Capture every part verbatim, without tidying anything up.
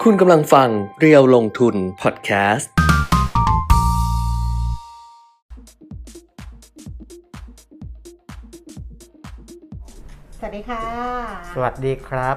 คุณกำลังฟังเรียวลงทุนพอดแคสต์สวัสดีค่ะสวัสดีครับ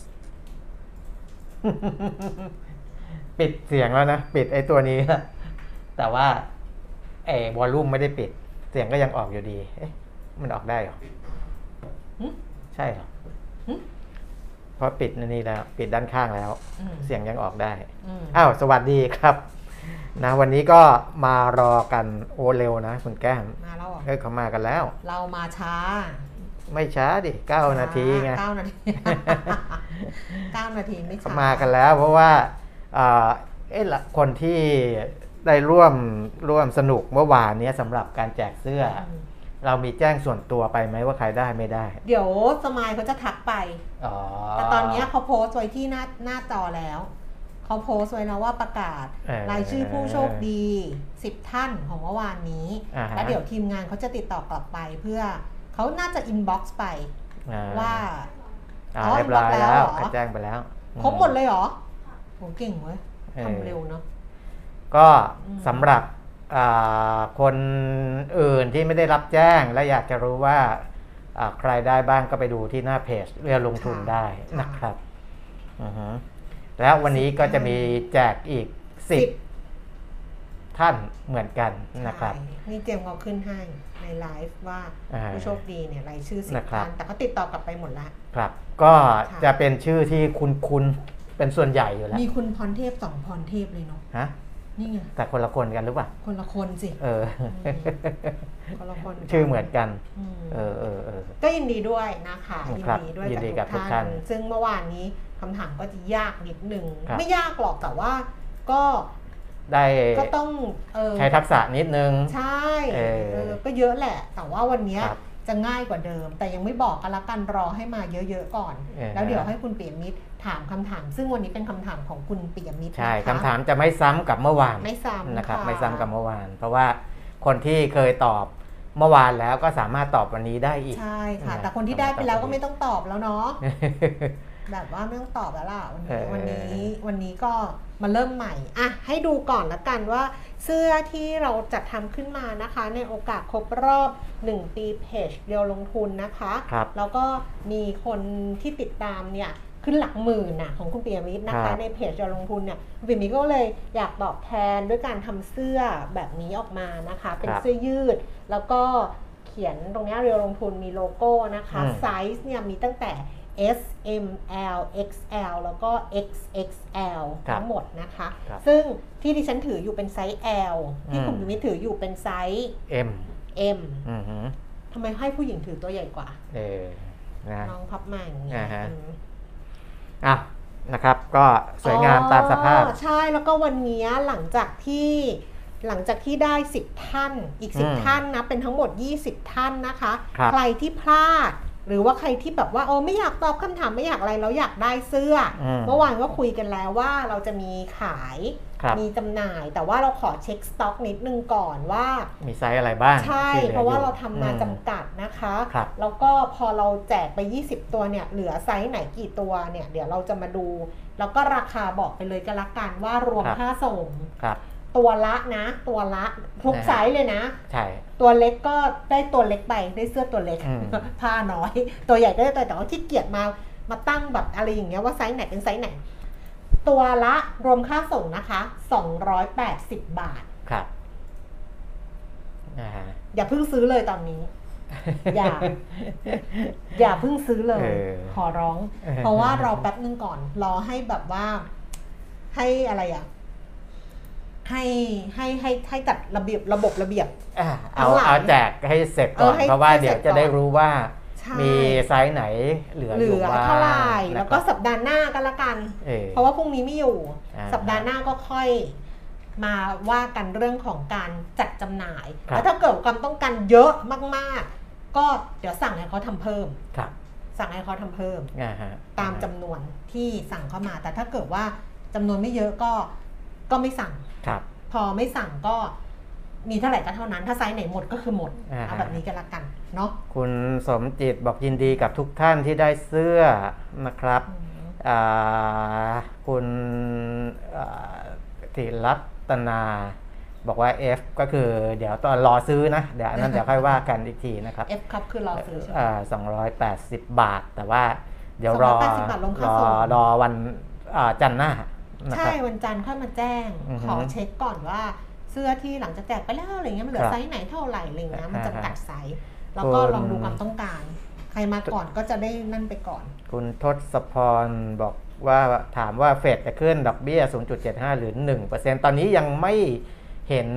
ปิดเสียงแล้วนะปิดไอ้ตัวนี้นะแต่ว่าไอ้วอลลุ่มไม่ได้ปิดเสียงก็ยังออกอยู่ดีเอ๊ะมันออกได้เหรอใช่เหรอเพราะปิดนี่แล้วปิดด้านข้างแล้วเสียงยังออกได้อ้าวสวัสดีครับนะวันนี้ก็มารอกันโอเร็วนะคุณแก้มมาแล้วเหรอเอ้ยเขามากันแล้วเรามาช้าไม่ช้าดิเก้านาทีไงเก้านาทีเก้านาทีไม่ช้าเขามากันแล้วเพราะว่าเอ่อเอ๊ะละคนที่ได้ร่วมร่วมสนุกเมื่อวานนี้สำหรับการแจกเสื้อเรามีแจ้งส่วนตัวไปไหมว่าใครได้ไม่ได้เดี๋ยวสมายเขาจะทักไปแต่ตอนนี้เขาโพสต์ไว้ที่หน้าหน้าจอแล้วเขาโพสต์ไว้แล้วว่าประกาศรายชื่อผู้โชคดีสิบท่านของเมื่อวานนี้แล้วเดี๋ยวทีมงานเขาจะติดต่อกลับไปเพื่อเขาน่าจะอินบ็อกซ์ไปว่าอ๋อเรียบร้อยแล้วแจ้งไปแล้วครบหมดเลยเหรอโหเก่งเว้ยทำเร็วเนาะก็สำหรับคนอื่นที่ไม่ได้รับแจ้งและอยากจะรู้ว่าใครได้บ้างก็ไปดูที่หน้าเพจเรือลงทุนได้นะครับแล้ววันนี้ก็จะมีแจกอีกสิบท่านเหมือนกันนะครับนี่เจมส์เอาขึ้นให้ในไลฟ์ว่าผู้โชคดีเนี่ยรายชื่อสิบท่านแต่เขาติดต่อกลับไปหมดแล้วครับก็จะเป็นชื่อที่คุ้นๆเป็นส่วนใหญ่อยู่แล้วมีคุณพรเทพสองพรเทพเลยเนาะฮะนี่ไงแต่คนละคนกันหรือเปล่าคนละคนสิเออคนละคนชื่อเหมือนกันเออเออเออก็ยินดีด้วยนะคะยินดีด้วยกับทุกท่านซึ่งเมื่อวานนี้คำถามก็จะยากนิดนึงไม่ยากหรอกแต่ว่าก็ได้ก็ต้องใช้ทักษะนิดนึงใช่ก็เยอะแหละแต่ว่าวันนี้จะง่ายกว่าเดิมแต่ยังไม่บอกกันละกันรอให้มาเยอะๆก่อนแล้วเดี๋ยวให้คุณเปียมิตรถามคำถามซึ่งวันนี้เป็นคำถามของคุณเปียมิตรใช่คำถามจะไม่ซ้ำกับเมื่อวานไม่ซ้ำนะครับไม่ซ้ำกับเมื่อวานเพราะว่าคนที่เคยตอบเมื่อวานแล้วก็สามารถตอบวันนี้ได้อีกใช่ค่ะแต่คนที่ได้ไปแล้วก็ไม่ต้องตอบแล้วเนาะแบบว่าไม่ต้องตอบแล้วล่ะวันนี้วันนี้วันนี้ก็มาเริ่มใหม่อ่ะให้ดูก่อนละกันว่าเสื้อที่เราจัดทำขึ้นมานะคะในโอกาสครบรอบหนึ่งปีเพจเรียวลงทุนนะคะแล้วก็มีคนที่ติดตามเนี่ยขึ้นหลักหมื่นน่ะของคุณเปียมิตรนะคะในเพจเรียวลงทุนเนี่ยคุณเปียมิตรก็เลยอยากตอบแทนด้วยการทำเสื้อแบบนี้ออกมานะคะเป็นเสื้อยืดแล้วก็เขียนตรงนี้เรียวลงทุนมีโลโก้นะคะไซส์เนี่ยมีตั้งแต่S M L เอ็กซ์ แอล แล้วก็ เอ็กซ์ เอ็กซ์ แอล ทั้งหมดนะคะซึ่งที่ดิฉันถืออยู่เป็นไซส์ L ที่คุณมิตรถืออยู่เป็นไซส์ M M ทำไมให้ผู้หญิงถือตัวใหญ่กว่าเออนะน้องพับมาอย่างนี้อ่ะนะครับก็สวยงามตามสภาพใช่แล้วก็วันนี้หลังจากที่หลังจากที่ได้สิบท่านอีกสิบท่านนะเป็นทั้งหมดยี่สิบท่านนะคะใครที่พลาดหรือว่าใครที่แบบว่าโอ้ไม่อยากตอบคำถามไม่อยากอะไรแล้วอยากได้เสื้อเมื่อวานก็คุยกันแล้วว่าเราจะมีขายมีจำหน่ายแต่ว่าเราขอเช็คสต็อกนิดนึงก่อนว่ามีไซส์อะไรบ้างใช่เพราะว่าเราทำมาจำกัดนะคะแล้วก็พอเราแจกไปยี่สิบตัวเนี่ยเหลือไซส์ไหนกี่ตัวเนี่ยเดี๋ยวเราจะมาดูแล้วก็ราคาบอกไปเลยกันละกันว่ารวมค่าส่งตัวละนะตัวละทุกไซส์เลยนะใช่ตัวเล็กก็ได้ตัวเล็กไปได้เสื้อตัวเล็กผ้าน้อยตัวใหญ่ก็ได้แต่ว่าที่เกียจมามาตั้งแบบอะไรอย่างเงี้ยว่าไซส์ไหนเป็นไซส์ไหนตัวละรวมค่าส่งนะคะสองร้อยแปดสิบบาทครับอย่าเพิ่งซื้อเลยตอนนี้อย่าอย่าเพิ่งซื้อเลยขอร้องเพราะว่ารอแป๊บนึงก่อนรอให้แบบว่าให้อะไรอ่ะให้ให้ให้ให้จัดระเบียบระบบระเบียบเอาเอาแจกให้เสร็จก่อนเพราะว่าเดี๋ยวจะได้รู้ว่ามีไซส์ไหนเหลืออยู่ว่าเท่าไหร่แล้วก็สัปดาห์หน้าก็แล้วกันเพราะว่าพรุ่งนี้ไม่อยู่สัปดาห์หน้าก็ค่อยมาว่ากันเรื่องของการจัดจำหน่ายแล้วถ้าเกิดความต้องการเยอะมากๆก็เดี๋ยวสั่งให้เขาทำเพิ่มสั่งให้เขาทำเพิ่มตามจำนวนที่สั่งเข้ามาแต่ถ้าเกิดว่าจำนวนไม่เยอะก็ก็ไม่สั่งพอไม่สั่งก็มีเท่าไหร่ก็เท่านั้นถ้าไซส์ไหนหมดก็คือหมดเอาแบบนี้กันละกันเนาะคุณสมจิตบอกยินดีกับทุกท่านที่ได้เสื้อนะครับคุณธีรัตนาบอกว่า F ก็คือเดี๋ยวตอนรอซื้อนะเดี๋ยวนั้นเดี๋ยวค่อยว่ากันอีกทีนะครับ F ครับคือรอซื้อใช่ไหมสองร้อยแปดสิบบาทแต่ว่าเดี๋ยวรอรอรอวันจันทร์หน้าใช่วันจันทร์ค่อยมาแจ้งขอเช็คก่อนว่าเสื้อที่หลังจากแจกไปแล้วอะไรเงี้ยมันเหลือไซส์ไหนเท่าไหร่อะไรเงี้ยมันจำกัดไซส์แล้วก็ลองดูความต้องการใครมาก่อนก็จะได้นั่นไปก่อนคุณทศพรบอกว่าถามว่าเฟดจะขึ้นดอกเบี้ย ศูนย์จุดเจ็ดห้า หรือ หนึ่งเปอร์เซ็นต์ ตอนนี้ยังไม่เห็น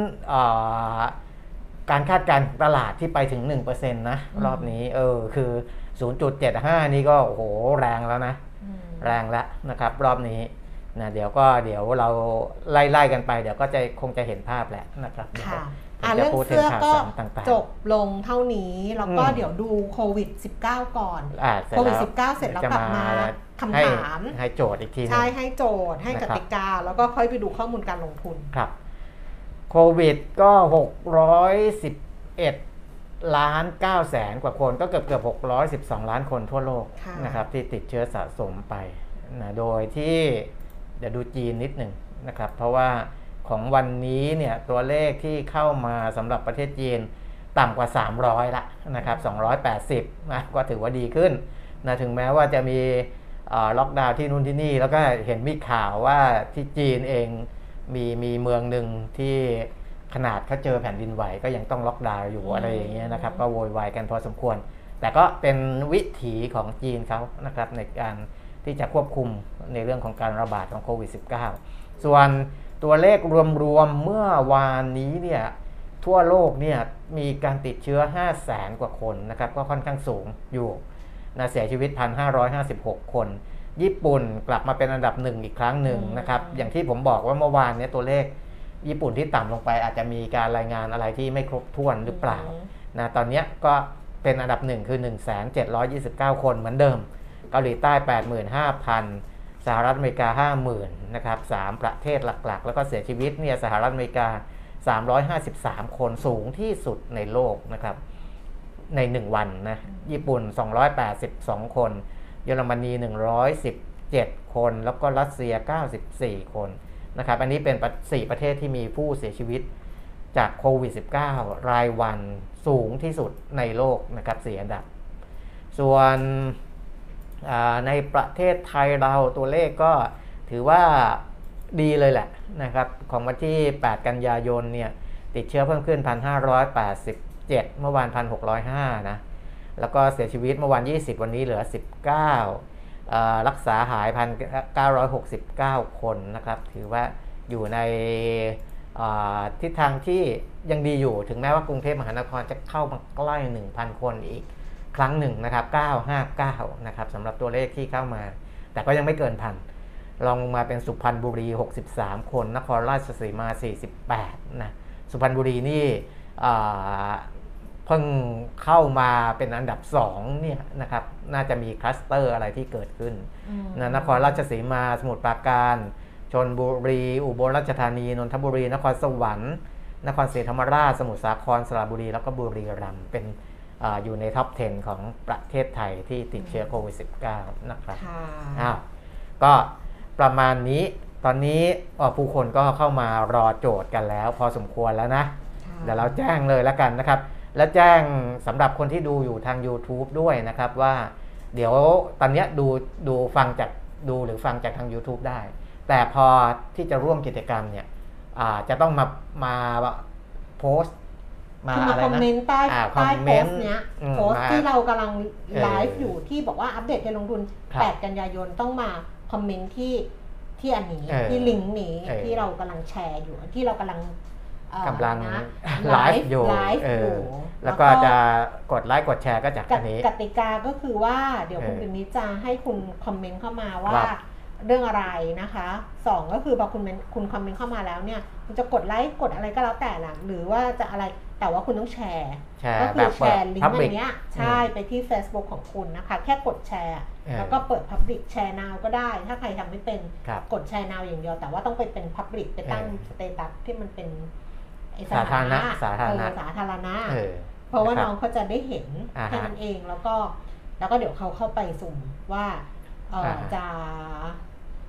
การคาดการณ์ตลาดที่ไปถึง หนึ่งเปอร์เซ็นต์ นะรอบนี้เออคือ ศูนย์จุดเจ็ดห้า นี่ก็โอ้โหแรงแล้วนะแรงแล้วนะครับรอบนี้นะเดี๋ยวก็เดี๋ยวเราไล่ๆกันไปเดี๋ยวก็จะคงจะเห็นภาพแหละนะครับค่ะเรื่องเสื้อก็จบลงเท่านี้แล้วก็เดี๋ยวดูโควิด สิบเก้า ก่อนโควิด สิบเก้า เสร็จแล้วกลับมาคำถามให้โจทย์อีกทีใช่ให้โจทย์ให้กติกาแล้วก็ค่อยไปดูข้อมูลการลงทุนครับโควิดก็หกร้อยสิบเอ็ดล้านเก้าแสนกว่าคนก็เกือบเกือบหกร้อยสิบสองล้านคนทั่วโลกนะครับที่ติดเชื้อสะสมไปนะโดยที่เดี๋ยวดูจีนนิดหนึ่งนะครับเพราะว่าของวันนี้เนี่ยตัวเลขที่เข้ามาสำหรับประเทศจีนต่ำกว่าสามร้อยละนะครับสองร้อยแปดสิบนะก็ถือว่าดีขึ้นนะถึงแม้ว่าจะมีล็อกดาวน์ที่นู่นที่นี่แล้วก็เห็นมีข่าวว่าที่จีนเองมีมีเมืองหนึ่งที่ขนาดเขาเจอแผ่นดินไหวก็ยังต้องล็อกดาวน์อยู่อะไรอย่างเงี้ยนะครับก็โวยวายกันพอสมควรแต่ก็เป็นวิถีของจีนเขานะครับในการที่จะควบคุมในเรื่องของการระบาดของโควิด สิบเก้า ส่วนตัวเลขรวมๆเมื่อวานนี้เนี่ยทั่วโลกเนี่ยมีการติดเชื้อ ห้าแสน กว่าคนนะครับก็ค่อนข้างสูงอยู่นะเสียชีวิต หนึ่งพันห้าร้อยห้าสิบหก คนญี่ปุ่นกลับมาเป็นอันดับหนึ่งอีกครั้งหนึ่งนะครับอย่างที่ผมบอกว่าเมื่อวานนี้ตัวเลขญี่ปุ่นที่ต่ำลงไปอาจจะมีการรายงานอะไรที่ไม่ครบถ้วนหรือเปล่านะตอนนี้ก็เป็นอันดับหนึ่งคือ หนึ่งแสนเจ็ดร้อยยี่สิบเก้า คนเหมือนเดิมเกาหลีใต้ แปดหมื่นห้าพัน สหรัฐอเมริกา ห้าหมื่น นะครับสามประเทศหลักๆแล้วก็เสียชีวิตเนี่ยสหรัฐอเมริกาสามร้อยห้าสิบสามคนสูงที่สุดในโลกนะครับในหนึ่งวันนะญี่ปุ่นสองร้อยแปดสิบสองคนเยอรมนีหนึ่งร้อยสิบเจ็ดคนแล้วก็รัสเซียเก้าสิบสี่คนนะครับอันนี้เป็นสี่ประเทศที่มีผู้เสียชีวิตจากโควิด สิบเก้า รายวันสูงที่สุดในโลกนะครับสี่อันดับส่วนในประเทศไทยเราตัวเลขก็ถือว่าดีเลยแหละนะครับของวันที่แปดกันยายนเนี่ยติดเชื้อเพิ่มขึ้น หนึ่งพันห้าร้อยแปดสิบเจ็ด เมื่อวาน หนึ่งพันหกร้อยห้า นะแล้วก็เสียชีวิตเมื่อวานยี่สิบวันนี้เหลือสิบเก้ารักษาหาย หนึ่งพันเก้าร้อยหกสิบเก้า คนนะครับถือว่าอยู่ในทิศทางที่ยังดีอยู่ถึงแม้ว่ากรุงเทพมหานครจะเข้ามาใกล้ หนึ่งพัน คนอีกครั้งหนึ่งนะครับเก้าร้อยห้าสิบเก้านะครับสำหรับตัวเลขที่เข้ามาแต่ก็ยังไม่เกินพันลองมาเป็นสุพรรณบุรีหกสิบสามคนนครราชสีมาสี่สิบแปดนะสุพรรณบุรีนี่เพิ่งเข้ามาเป็นอันดับสองเนี่ยนะครับน่าจะมีคลัสเตอร์อะไรที่เกิดขึ้นนะนครราชสีมาสมุทรปราการชลบุรีอุบลราชธานีนนทบุรีนครสวรรค์นครศรีธรรมราชสมุทรสาครสระบุรีแล้วก็บุรีรัมย์เป็นออยู่ในท็อปสิบของประเทศไทยที่ติดเชื้อโควิด สิบเก้า นะครับอ้าวก็ประมาณนี้ตอนนี้ผู้คนก็เข้ามารอโจทย์กันแล้วพอสมควรแล้วนะเดี๋ยวเราแจ้งเลยแล้วกันนะครับและแจ้งสำหรับคนที่ดูอยู่ทาง YouTube ด้วยนะครับว่าเดี๋ยวตอนนี้ดูดูฟังจากดูหรือฟังจากทาง YouTube ได้แต่พอที่จะร่วมกิจกรรมเนี่ยจะต้องมามาโพสต์มาอะไรนะคอมเมนต์ใต้ใต้โพสต์เนี้ยโพสต์ที่เรากำลังไลฟ์อยู่ที่บอกว่าอัปเดตการลงทุนแปดกันยายนต้องมาคอมเมนต์ที่ที่อันนี้ที่ลิงก์นี้ที่เรากำลังแชร์อยู่ที่เรากำลังกำลังไลฟ์อยู่แล้วก็จะกดไลค์กดแชร์ก็จากอันนี้กติกาก็คือว่าเดี๋ยวคุณปิ่นมิตรจะให้คุณคอมเมนต์เข้ามาว่าเรื่องอะไรนะคะสองก็คือพอคุณคุณคอมเมนต์เข้ามาแล้วเนี่ยคุณจะกดไลค์กดอะไรก็แล้วแต่ละหรือว่าจะอะไรแต่ว่าคุณต้องแชร์ก็คือแชร์ลิงก์อันนี้ใช่ไปที่ Facebook ของคุณนะคะแค่กดแชร์แล้วก็เปิด Public แชร์ now ก็ได้ถ้าใครทำไม่เป็นกดแชร์ now อย่างเดียวแต่ว่าต้องไปเป็น Public ไปตั้งสเตตัสที่มันเป็นสาธารณะสาธารณะสาธารณะเพราะว่าน้องเขาจะได้เห็นแค่นั้นเองแล้วก็แล้วก็เดี๋ยวเขาเข้าไปสุ่มว่าจะ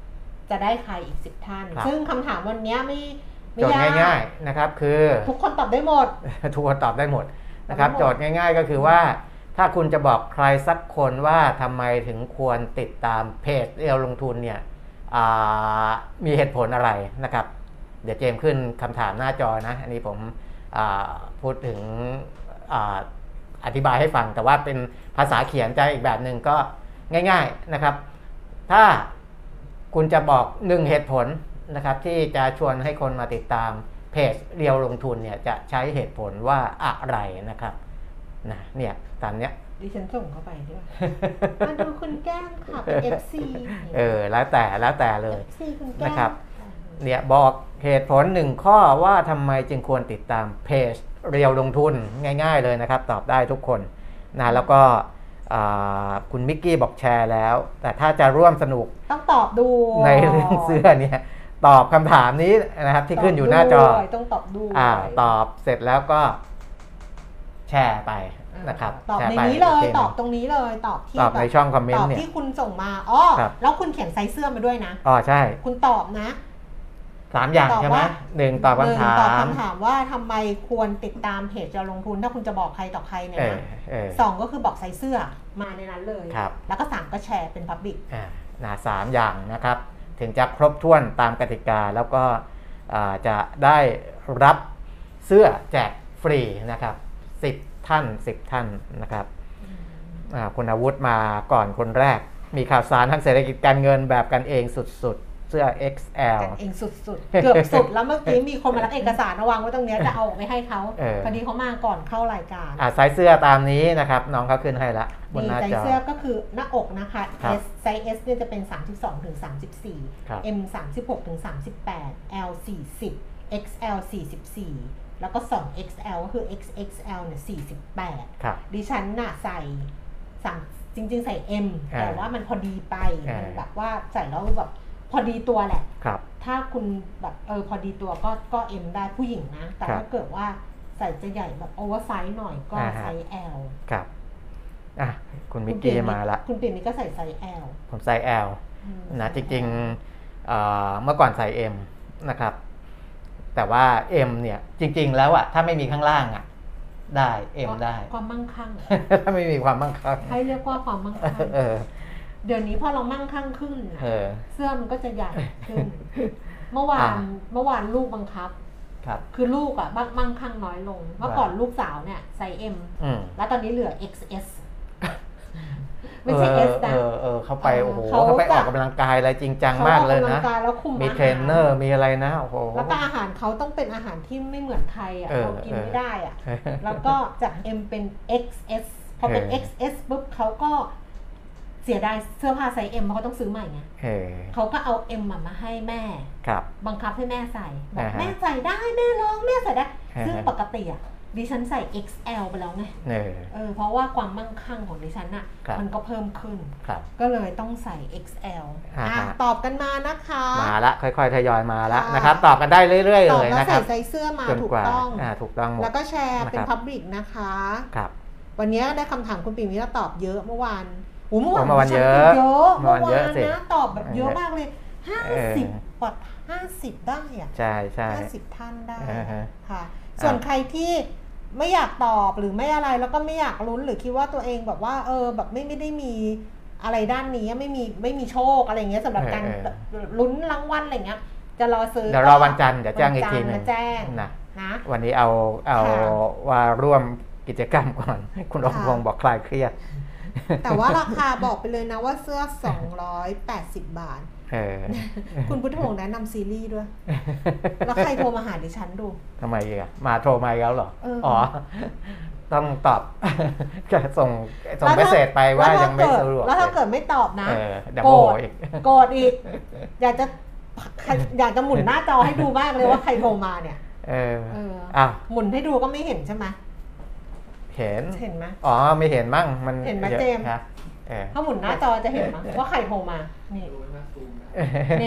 จะได้ใครอีกสิบท่านซึ่งคำถามวันนี้ไม่ไม่โจทย์ยากง่ายๆนะครับคือทุกคนตอบได้หมดทุกคนตอบได้หมดนะครับโจทย์ง่ายๆก็คือว่าถ้าคุณจะบอกใครสักคนว่าทำไมถึงควรติดตามเพจเรียวลงทุนเนี่ยมีเหตุผลอะไรนะครับเดี๋ยวเจมขึ้นคำถามหน้าจอนะอันนี้ผมพูดถึงอ, อธิบายให้ฟังแต่ว่าเป็นภาษาเขียนจะอีกแบบหนึ่งก็ง่ายๆนะครับถ้าคุณจะบอกหนึ่งเหตุผลนะครับที่จะชวนให้คนมาติดตามเพจเรียวลงทุนเนี่ยจะใช้เหตุผลว่าอะไรนะครับนะเนี่ยตามเนี้ยดิฉันส่งเข้าไปด้วยมาดูคุณแก้มค่ะเป็น เอฟ ซีเออแล้วแต่แล้วแต่เลยเอฟ ซี คุณแก้มนะครับเนี่ยบอกเหตุผลหนึ่งข้อว่าทำไมจึงควรติดตามเพจเรียวลงทุนง่ายๆเลยนะครับตอบได้ทุกคนนะแล้วก็คุณมิกกี้บอกแชร์แล้วแต่ถ้าจะร่วมสนุกต้องตอบดูในเรื่องเสื้อเนี่ยตอบคำถามนี้นะครับที่ขึ้นอยู่หน้าจอต้องตอบดูอ่าตอบเสร็จแล้วก็แชร์ไปนะครับตอบในนี้เลยตอบตรงนี้เลยตอบที่ตอบในช่องคอมเมนต์เนี่ยตอบที่คุณส่งมาอ๋อแล้วคุณเขียนไซส์เสื้อมาด้วยนะอ๋อใช่คุณตอบนะสามอย่างใช่ไหมหนึ่งตอบคำถามตอบคำถามว่าทำไมควรติดตามเพจเรียวลงทุนถ้าคุณจะบอกใครต่อใครเนี่ยนะสองก็คือบอกไซส์เสื้อมาในนั้นเลยแล้วก็สามก็แชร์เป็นพับบิกนะสามอย่างนะครับถึงจะครบถ้วนตามกติกาแล้วก็จะได้รับเสื้อแจกฟรีนะครับสิบท่านสิบท่านนะครับคุณอาวุธมาก่อนคนแรกมีข่าวสารทางเศรษฐกิจการเงินแบบกันเองสุดๆเสื้อ เอ็กซ์ แอลกันเองสุดๆเกือบสุดแล้วเมื่อกี้มีคนมารับเอกสารวางไว้ตรงนี้จะเอาไปให้เขาพอดีเขามาก่อนเข้ารายการอ่าไซส์เสื้อตามนี้นะครับน้องเขาขึ้นให้ละบนหน้าจอไซส์เสื้อก็คือหน้าอกนะคะ S ไซส์ S เนี่ยจะเป็นสามสิบสองถึงสามสิบสี่ M สามสิบหกถึงสามสิบแปด L สี่สิบ เอ็กซ์ แอล สี่สิบสี่แล้วก็สอง เอ็กซ์ แอล ก็คือ เอ็กซ์ เอ็กซ์ แอล เนี่ยสี่สิบแปดดิฉันน่ะใส่จริงๆใส่ M แต่ว่ามันพอดีไปมันแบบว่าใส่แล้วแบบพอดีตัวแหละถ้าคุณแบบเออพอดีตัวก็ก็ M ได้ผู้หญิงนะแต่ถ้าเกิดว่าใส่จะใหญ่แบบโอเวอร์ไซส์หน่อยก็ไซส์ L ครับอ่ะคุณมิกกี้มาละคุณปิ่นนี่ก็ใส่ไซส์ L ผมไซส์ L นะจริงๆ เ, เมื่อก่อนใส่ M นะครับแต่ว่า M เนี่ยจริงๆแล้วอะถ้าไม่มีข้างล่างอะได้ M ได้ความมั่งคั่งถ้าไม่มีความมั่งคั่งให้เรียกว่าความมั่งคั่งเดี๋ยวนี้พอเรามั่งคั่งขึ้นเสื้อมันก็จะใหญ่ขึ้นเมื่อวานเมื่อวานลูกบังคับคือลูกอ่ะมั่งคั่งน้อยลงเมื่อก่อนลูกสาวเนี่ยไซส์ M แล้วตอนนี้เหลือ เอ็กซ์ เอส ไม่ใช่ S นะเออเขาไปโอ้โหเขาไปออกกำลังกายอะไรจริงจังมากเลยนะมีเทรนเนอร์มีอะไรนะโอ้โหแล้วก็อาหารเขาต้องเป็นอาหารที่ไม่เหมือนใครอ่ะเรากินไม่ได้อ่ะแล้วก็จาก M เป็น เอ็กซ์ เอส พอเป็น เอ็กซ์ เอส ปุ๊บเขาก็เสียดายเสื้อผ้าไซส์ M เพราะเขาต้องซื้อใหม่ไงเขาก็เอา M มาให้แม่บังคับให้แม่ใส่บอกแม่ใส่ได้แม่ลองแม่ใส่ได้ซึ่งปกติอ่ะดิฉันใส่ เอ็กซ์ แอล ไปแล้วไงเออเพราะว่าความมั่งคั่งของดิฉันอ่ะมันก็เพิ่มขึ้นก็เลยต้องใส่ เอ็กซ์ แอล อ่ะตอบกันมานะคะมาละค่อยๆทยอยมาละนะครับตอบกันได้เรื่อยๆเลยนะครับตอบแล้วใส่ไซส์เสื้อมาถูกต้องถูกต้องหมดแล้วก็แชร์เป็น Public นะคะครับวันนี้ได้คำถามคุณปิ่มวิทย์ตอบเยอะเมื่อวานโอ้เมื่อวานเยอะเยอะเมื่อวานนะตอบแบบเยอะมากเลยห้าสิบกว่าห้าสิบได้อ่ะใช่ใช่ห้าสิบท่านได้ค่ะส่วนใครที่ไม่อยากตอบหรือไม่อะไรแล้วก็ไม่อยากลุ้นหรือคิดว่าตัวเองแบบว่าเออแบบไม่ไม่ได้มีอะไรด้านนี้ไม่มีไม่มีโชคอะไรเงี้ยสำหรับการลุ้นรางวัลอะไรเงี้ยจะรอซื้อเดี๋ยวรอวันจันทร์เดี๋ยวแจ้งอีกทีนึงแจ้งนะนะวันนี้เอาเอาว่าร่วมกิจกรรมก่อนคุณอมพงศ์บอกคลายเครียดแต่ว่าราคาบอกไปเลยนะว่าเสื้อสองร้อยแปดสิบบาทคุณพุทธพงศ์แนะนำซีรีส์ด้วยแล้วใครโทรมาหาดิฉันดูทำไมอ่ะมาโทรมาแล้วเหรออ๋อต้องตอบส่งส่งเมสเสจไปว่ายังไม่สะดวกแล้วถ้าเกิดไม่ตอบนะโกรธอีกโกรธอีกอยากจะอยากจะหมุนหน้าจอให้ดูมากเลยว่าใครโทรมาเนี่ยเอออ่ะหมุนให้ดูก็ไม่เห็นใช่ไหมเห็นเห็นไหมอ๋อไม่เห็นมั่งมันเห็นไหมเจมส์ถ้าหมุนหน้าจอจะเห็นมั้ยว่าใครโทรมานี่นี่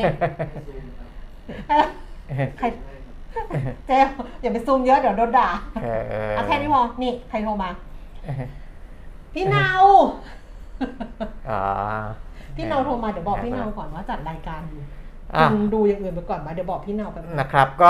ใครเจมส์อย่าไปซูมเยอะเดี๋ยวโดนด่าเอาแค่นี้พอนี่ใครโทรมาพี่เนาพี่เนาโทรมาเดี๋ยวบอกพี่เนาก่อนว่าจัดรายการอยู่คุณดูอย่างอื่นไปก่อนมาเดี๋ยวบอกพี่เนาไปนะครับก็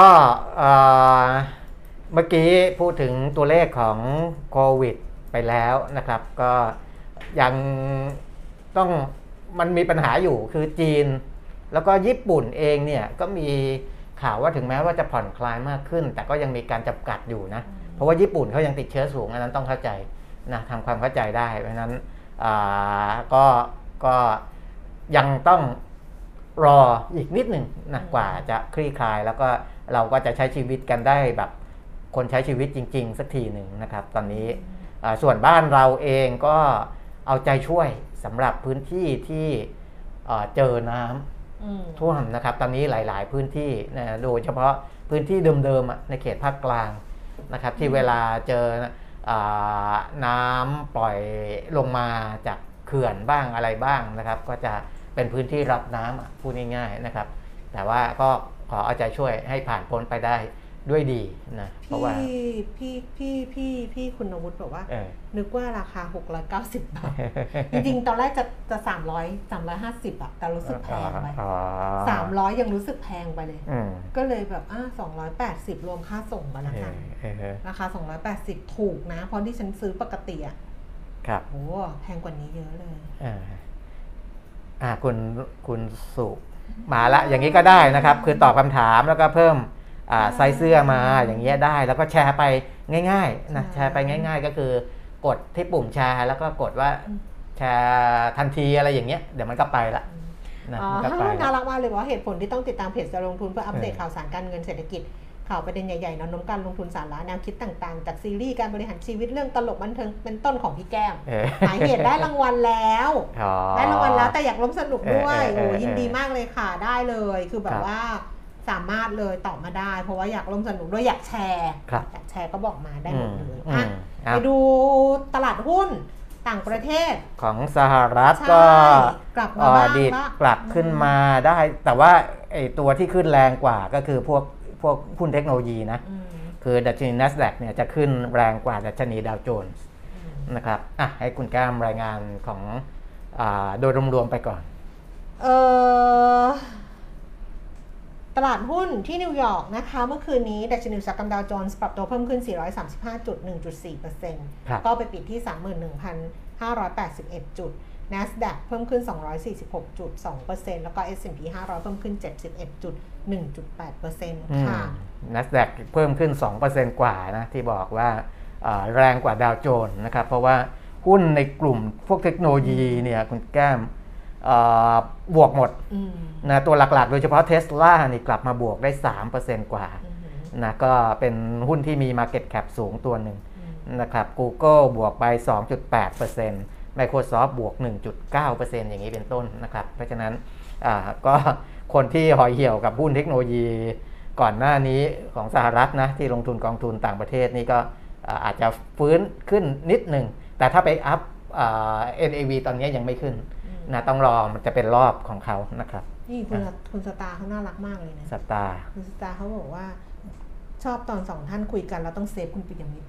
เมื่อกี้พูดถึงตัวเลขของโควิดไปแล้วนะครับก็ยังต้องมันมีปัญหาอยู่คือจีนแล้วก็ญี่ปุ่นเองเนี่ยก็มีข่าวว่าถึงแม้ว่าจะผ่อนคลายมากขึ้นแต่ก็ยังมีการจำกัดอยู่นะเพราะว่าญี่ปุ่นเขายังติดเชื้อสูงอันนั้นต้องเข้าใจนะทำความเข้าใจได้เพราะฉะนั้นก็ก็ยังต้องรออีกนิดหนึ่งนะกว่าจะคลี่คลายแล้วก็เราก็จะใช้ชีวิตกันได้แบบคนใช้ชีวิตจริงๆสักทีหนึ่งนะครับตอนนี้ส่วนบ้านเราเองก็เอาใจช่วยสำหรับพื้นที่ที่เจอน้ำท่วมนะครับตอนนี้หลายๆพื้นที่นะโดยเฉพาะพื้นที่เดิมๆในเขตภาคกลางนะครับที่เวลาเจอน้ำปล่อยลงมาจากเขื่อนบ้างอะไรบ้างนะครับก็จะเป็นพื้นที่รับน้ำพูดง่ายๆนะครับแต่ว่าก็ขอเอาใจช่วยให้ผ่านพ้นไปได้ด้วยดีนะเพราะว่าพี่พี่พี่พี่คุณนวุฒิบอกว่านึกว่าราคาหกร้อยเก้าสิบบาทจริงๆตอนแรกจะจะสามร้อย สามร้อยห้าสิบอ่ะแต่รู้สึกแพงไปสามร้อยยังรู้สึกแพงไปเลยก็เลยแบบอ่ะสองร้อยแปดสิบรวมค่าส่งมาแล้วกันราคาสองร้อยแปดสิบถูกนะเพราะที่ฉันซื้อปกติอ่ะครับโอ้แพงกว่านี้เยอะเลยอ่าคุณคุณสุมาละอย่างนี้ก็ได้นะครับคือตอบคำถามแล้วก็เพิ่มไซส์เสื้อมาอย่างเงี้ยได้แล้วก็แชร์ไปง่ายๆนะแชร์ไปง่ายๆก็คือกดที่ปุ่มแชร์แล้วก็กดว่าแชร์ทันทีอะไรอย่างเงี้ยเดี๋ยวมันก็ไปละนะมันก็ไปน่ารักมากเลยว่าเหตุผลที่ต้องติดตามเพจจะลงทุนเพื่ออัปเดตข่าวสารการเงินเศรษฐกิจข่าวประเด็นใหญ่ๆแนวโน้มการลงทุนสาระแนวคิดต่างๆจากซีรีส์การบริหารชีวิตเรื่องตลกบันเทิงเป็นต้นของพี่แก้มหมายเหตุได้รางวัลแล้วได้รางวัลแล้วแต่อยากล้มสนุกด้วยโอ้ยินดีมากเลยค่ะได้เลยคือแบบว่าสามารถเลยตอบมาได้เพราะว่าอยากร่วมสนุกด้วยอยากแชร์อยากแชร์ก็บอกมาได้หมดเลยอ่ะไปดูตลาดหุ้นต่างประเทศของสหรัฐก็กลับมาบ้างดีดกลับขึ้นมาได้แต่ว่าไอ้ตัวที่ขึ้นแรงกว่าก็คือพวกพวกหุ้นเทคโนโลยีนะคือดัชนี NASDAQ เนี่ยจะขึ้นแรงกว่าดัชนีดาวโจนส์นะครับอ่ะให้คุณก้ามรายงานของอ่าโดยรวมๆไปก่อนเออตลาดหุ้นที่นิวยอร์กนะคะเมื่อคืนนี้ดัชนีอุตสาหกรรมดาวโจนส์ปรับตัวเพิ่มขึ้น สี่ร้อยสามสิบห้าจุด หนึ่งจุดสี่เปอร์เซ็นต์ ก็ไปปิดที่ สามหมื่นหนึ่งพันห้าร้อยแปดสิบเอ็ด จุด NASDAQ เพิ่มขึ้น สองร้อยสี่สิบหกจุดสองเปอร์เซ็นต์ แล้วก็ เอส แอนด์ พี ห้าร้อยเพิ่มขึ้น เจ็ดสิบเอ็ดจุดหนึ่งแปดเปอร์เซ็นต์ ค่ะ NASDAQ เพิ่มขึ้น สองเปอร์เซ็นต์ กว่านะที่บอกว่าแรงกว่าดาวโจนส์นะครับเพราะว่าหุ้นในกลุ่มพวกเทคโนโลยีเนี่ยคุณแก้มบวกหมดนะตัวหลักๆโดยเฉพาะ Tesla นี่กลับมาบวกได้ สามเปอร์เซ็นต์ กว่านะก็เป็นหุ้นที่มี Market Cap สูงตัวหนึ่งนะครับ Google บวกไป สองจุดแปดเปอร์เซ็นต์ Microsoft บวก หนึ่งจุดเก้าเปอร์เซ็นต์ อย่างนี้เป็นต้นนะครับเพราะฉะนั้นก็คนที่ห่อเหี่ยวกับหุ้นเทคโนโลยีก่อนหน้านี้ของสหรัฐนะที่ลงทุนกองทุนต่างประเทศนี่ก็อาจจะฟื้นขึ้นนิดหนึ่งแต่ถ้าไปอัพ เอ็น เอ วี ตอนนี้ยังไม่ขึ้นนะต้องรอมันจะเป็นรอบของเขานะครับนี่คุณคุณสตาร์เขาน่ารักมากเลยนะสตาร์คุณสตาร์เขาบอกว่าชอบตอนสองท่านคุยกันแล้วต้องเซฟคุณปิยมิตร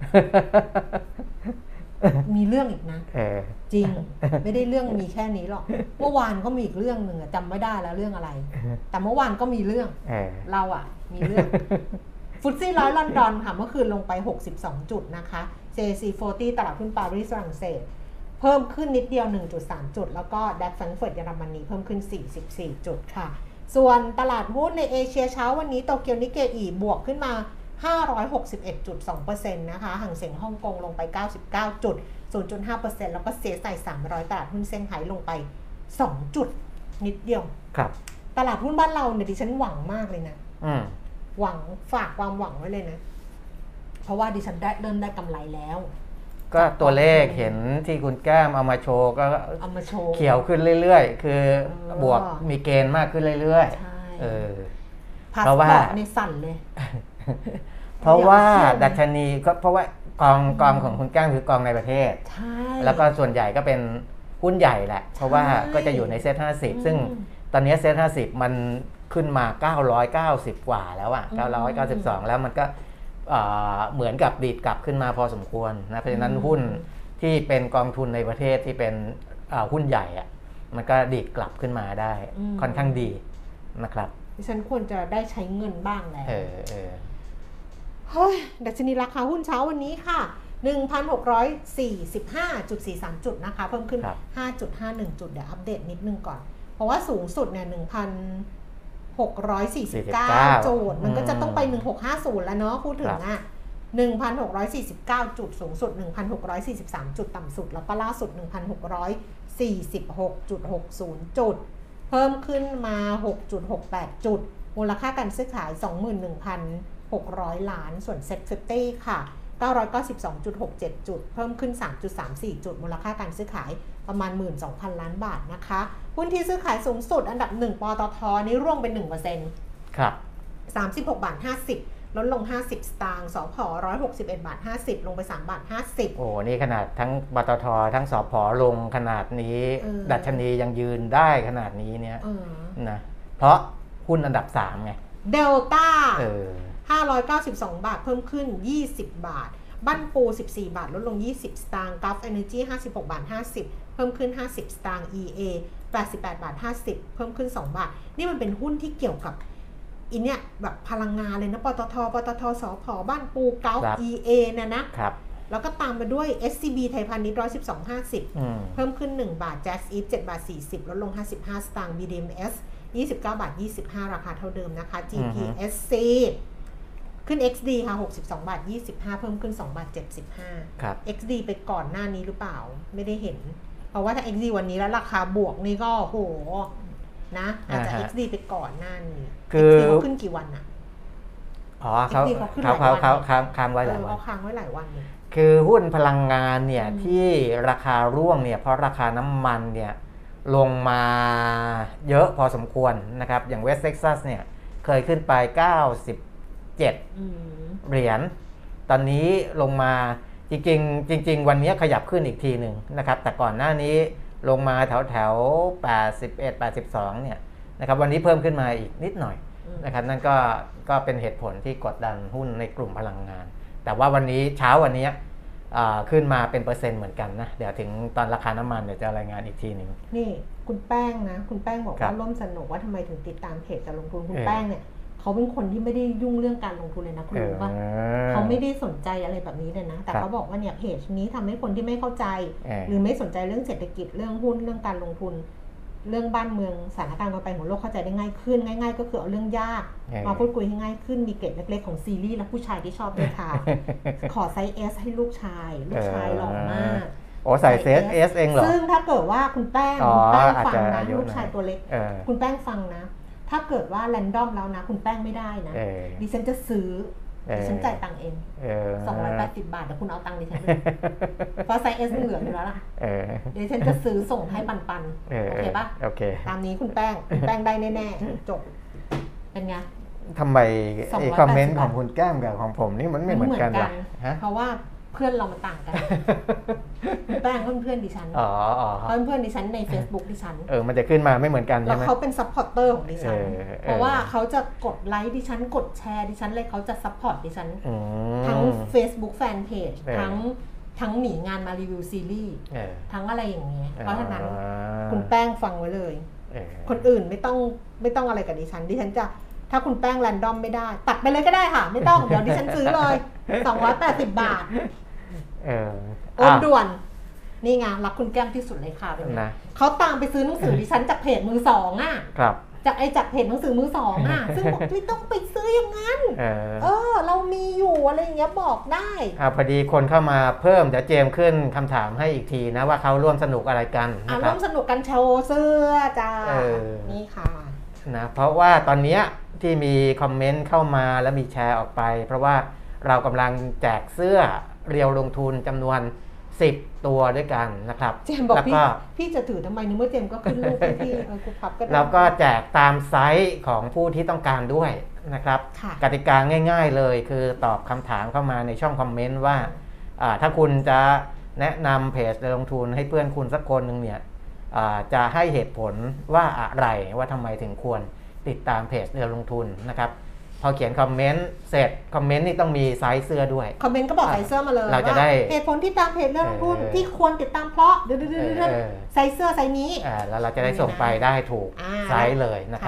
มีเรื่องอีกนะจริงไม่ได้เรื่องมีแค่นี้หรอกเมื่อวานก็มีอีกเรื่องหนึ่งจำไม่ได้แล้วเรื่องอะไรแต่เมื่อวานก็มีเรื่องเราอ่ะมีเรื่องฟุตซี่ร้อยลอนดอนค่ะเมื่อคืนลงไปหกสิบสองจุดนะคะ เจ ซี สี่สิบ ตลาดหุ้นปารีสฝรั่งเศสเพิ่มขึ้นนิดเดียว หนึ่งจุดสาม จุดแล้วก็ดัคแฟรงก์เฟิร์ตเยอรมนีเพิ่มขึ้นสี่สิบสี่จุดค่ะส่วนตลาดหุ้นในเอเชียเช้าวันนี้โตเกียวนิกเกอิบวกขึ้นมา ห้าร้อยหกสิบเอ็ดจุดสองเปอร์เซ็นต์ นะคะห่างเสียงฮ่องกงลงไป เก้าสิบเก้าจุด ศูนย์จุดห้าเปอร์เซ็นต์ แล้วก็เซียไซสามร้อยตลาดหุ้นเซี่ยงไฮ้ลงไปสองจุดนิดเดียวครับตลาดหุ้นบ้านเราเนี่ยดิฉันหวังมากเลยนะอืมหวังฝากความหวังไว้เลยนะเพราะว่าดิฉันได้เริ่มได้กำไรแล้วก็ตัวเลขเห็นที่คุณแก้มเอามาโชว์ก็เอามาโชว์เขียวขึ้นเรื่อยๆคือบวกมีเกณฑ์มากขึ้นเรื่อยๆเออเพราะว่าในสั่นเลยเพราะว่าดัชนีก็เพราะว่ากองกองของคุณแก้มคือกองในประเทศแล้วก็ส่วนใหญ่ก็เป็นหุ้นใหญ่แหละเพราะว่าก็จะอยู่ในเซ็ตห้าสิบซึ่งตอนนี้เซ็ตห้าสิบมันขึ้นมาเก้าร้อยเก้าสิบกว่าแล้วอ่ะเก้าร้อยเก้าสิบสองแล้วมันก็เหมือนกับดีดกลับขึ้นมาพอสมควรนะเพราะฉะนั้นหุ้นที่เป็นกองทุนในประเทศที่เป็นหุ้นใหญ่อะมันก็ดีดกลับขึ้นมาได้ค่อนข้างดีนะครับดิฉันควรจะได้ใช้เงินบ้างแล้วเออเออเฮ้ยดัชนีราคาหุ้นเช้าวันนี้ค่ะ หนึ่งพันหกร้อยสี่สิบห้าจุดสี่สาม จุดนะคะเพิ่มขึ้น ห้าจุดห้าหนึ่ง จุดเดี๋ยวอัปเดตนิดนึงก่อนเพราะว่าสูงสุดเนี่ย หนึ่งพันหกร้อยสี่สิบเก้า จุดมันก็จะต้องไปหนึ่งพันหกร้อยห้าสิบแล้วเนาะพูดถึงอ่ะ หนึ่งพันหกร้อยสี่สิบเก้า จุดสูงสุด หนึ่งพันหกร้อยสี่สิบสาม จุดต่ำสุดแล้วก็ล่าสุด หนึ่งพันหกร้อยสี่สิบหกจุดหกศูนย์ จุดเพิ่มขึ้นมา หกจุดหกแปด จุดมูลค่าการซื้อขาย สองหมื่นหนึ่งพันหกร้อย ล้านส่วนเซ็ตห้าสิบค่ะ เก้าร้อยเก้าสิบสองจุดหกเจ็ด จุดเพิ่มขึ้น สามจุดสามสี่ จุดมูลค่าการซื้อขายประมาณ หนึ่งหมื่นสองพัน ล้านบาทนะคะหุ้นที่ซื้อขายสูงสุดอันดับหนึ่งปตท.นี้ร่วงไป หนึ่งเปอร์เซ็นต์ครับสามสิบหกบาทห้าสิบลดลงห้าสิบสตางค์สผหนึ่งร้อยหกสิบเอ็ดบาทห้าสิบลงไปสามบาทห้าสิบโอ้นี่ขนาดทั้งปตท.ทั้งสผลงขนาดนี้ดัชนียังยืนได้ขนาดนี้เนี่ยนะเพราะหุ้นอันดับสามไงเดลต้าเออห้าร้อยเก้าสิบสองบาทเพิ่มขึ้นยี่สิบบาทบั้นปูสิบสี่บาทลดลงยี่สิบสตางค์กัฟเอเนจีห้าสิบหกบาทห้าสิบเพิ่มขึ้นห้าสิบสตางค์ อี เอ แปดสิบแปดบาทห้าสิบเพิ่มขึ้นสองบาทนี่มันเป็นหุ้นที่เกี่ยวกับอีเนี่ยแบบพลังงานเลยนะปตทปตทสผบ้านปูกัฟ อี เอ เนี่ยนะครับแล้วก็ตามมาด้วย เอส ซี บี ไทยพาณิชย์หนึ่งร้อยสิบสองจุดห้าสิบเพิ่มขึ้นหนึ่งบาท Jazz Eat เจ็ดบาทสี่สิบลดลงห้าสิบห้าสตางค์ บี ดี เอ็ม เอส ยี่สิบเก้าบาทยี่สิบห้าราคาเท่าเดิมนะคะ จี พี เอส ซี ขึ้น เอ็กซ์ ดี ค่ะหกสิบสองบาทยี่สิบห้าเพิ่มขึ้นสองบาทเจ็ดสิบห้าครับเอ็กซ์ ดี ไปก่อนหน้านี้หรือเปล่าไม่ได้เห็นเพราะว่าถ้า เอ็กซ์ ดี วันนี้แล้วราคาบวกนี่ก็โหนะอาจจะ เอ็กซ์ ดี ไปก่อนหน้านี้คือเขาขึ้นกี่วันอะอ๋อเขาเขาเขาเขาค้างไว้หลายวันเขาค้างไว้หลายวันคือหุ้นพลังงานเนี่ยที่ราคาร่วงเนี่ยเพราะราคาน้ำมันเนี่ยลงมาเยอะพอสมควรนะครับอย่างเวสต์เท็กซัสเนี่ยเคยขึ้นไปเก้าสิบเจ็ดเหรียญตอนนี้ลงมาจริงๆจริงๆวันนี้ขยับขึ้นอีกทีหนึ่งนะครับแต่ก่อนหน้านี้ลงมาแถวแถวแปดสิบเอ็ด แปดสิบสองเนี่ยนะครับวันนี้เพิ่มขึ้นมาอีกนิดหน่อยนะครับนั่นก็ก็เป็นเหตุผลที่กดดันหุ้นในกลุ่มพลังงานแต่ว่าวันนี้เช้าวันนี้ขึ้นมาเป็นเปอร์เซ็นต์เหมือนกันนะเดี๋ยวถึงตอนราคาน้ำมันเดี๋ยวจะรายงานอีกทีหนึ่งนี่คุณแป้งนะคุณแป้งบอกว่าร่วมสนุกว่าทำไมถึงติดตามเพจการลงทุนคุณแป้งเนี่ยเขาเป็นคนที่ไม่ได้ยุ่งเรื่องการลงทุนเลยนะคุณรู้ป่ะเขาไม่ได้สนใจอะไรแบบนี้เลยนะแต่เขาบอกว่าเนี่ยเพจนี้ทำให้คนที่ไม่เข้าใจหรือไม่สนใจเรื่องเศรษฐกิจเรื่องหุ้นเรื่องการลงทุนเรื่องบ้านเมืองสถานการณ์การไปของโลกเข้าใจได้ง่ายขึ้นง่ายๆก็คือเอาเรื่องยากมาพูดคุยให้ง่ายขึ้นมีเกร็ดเล็กๆของซีรีส์และผู้ชายที่ชอบด้วยค่ะขอไซส์ เอส ให้ลูกชายลูกชายหล่อมากโอ้ใส่เซส เอส เองเหรอซึ่งถ้าเกิดว่าคุณแป้งคุณแป้งฟังนะลูกชายตัวเล็กคุณแป้งฟังนะถ้าเกิดว่าแรนดอมแล้วนะคุณแป้งไม่ได้นะดิฉันจะซื้อดิฉันจ่ายตังค์เองสองร้อยแปดสิบบาทแต่คุณเอาตังค์ดิฉันไปเพราะไซส์ เอส เหลืออยู่แล้วล่ะดิฉันจะซื้อส่งให้ปันๆโอเคป่ะโอเคตามนี้คุณแป้งคุณแป้งได้แน่ๆจบเป็นไงทำไมคอมเมนต์ของคุณแก้มกับของผมนี่มันไม่เหมือนกันล่ะเพราะว่าเพื่อนเรามันต่างกันคุณแป้งเพื่อนๆดิฉันอ๋อเพื่อนๆดิฉันใน Facebook ดิฉันเออมันจะขึ้นมาไม่เหมือนกันใช่ไหมแล้วเขาเป็นซัพพอร์ตเตอร์ของดิฉันเพราะว่าเขาจะกดไลค์ดิฉันกดแชร์ดิฉันเลยเขาจะซัพพอร์ตดิฉันทั้ง Facebook Fanpage ทั้งทั้งหนีงานมารีวิวซีรีส์ทั้งอะไรอย่างเงี้ยเพราะฉะนั้นคุณแป้งฟังไว้เลยคนอื่นไม่ต้องไม่ต้องอะไรกับดิฉันดิฉันจะถ้าคุณแป้งแรนดอมไม่ได้ตัดไปเลยก็ได้ค่ะไม่ต้องเดี๋ยวดิฉันซื้อเลยสองร้อยแปดสิบบาทเออโอนด่วนนี่ไงรักคุณแก้มที่สุดเลยค่ะเป็นไงเขาตามไปซื้อหนังสือดิฉันจากเพจมือสองอ่ะครับจากไอ้จากเพจหนังสือมือสองอ่ะซึ่งบอกไม่ต้องไปซื้ออย่างนั้นเออเรามีอยู่อะไรอย่างเงี้ยบอกได้อ่าพอดีคนเข้ามาเพิ่มเดี๋ยวเจมขึ้นคำถามให้อีกทีนะว่าเขาร่วมสนุกอะไรกันอ่าร่วมสนุกกันโชว์เสื้อจ้านี่ค่ะนะเพราะว่าตอนนี้ที่มีคอมเมนต์เข้ามาแล้วมีแชร์ออกไปเพราะว่าเรากำลังแจกเสื้อเรียวลงทุนจำนวนสิบตัวด้วยกันนะครับเจมบอกพี่พี่จะถือทำไมเมื่อเจมก็ขึ้นรูปพี่เออกูพับก็ได้แล้วก็แจกตามไซส์ของผู้ที่ต้องการด้วยนะครับกติกาง่ายๆเลยคือตอบคำถามเข้ามาในช่องคอมเมนต์ว่าถ้าคุณจะแนะนำเพจเรียวลงทุนให้เพื่อนคุณสักคนหนึ่งเนี่ยจะให้เหตุผลว่าอะไรว่าทำไมถึงควรติดตามเพจเรียวลงทุนนะครับพอเขียนคอมเมนต์เสร็จคอมเมนต์นี่ต้องมีไซส์เสื้อด้วยคอมเมนต์ก็บอกไซส์เสื้อมาเลยเราจะได้เหตุผลที่ตามเพจเรียวลงทุนที่ควรติดตามเพราะเดือดๆไซส์เสื้อไซส์นี้แล้วเราจะได้ส่งไปได้ถูกไซส์เลยนะครับแต่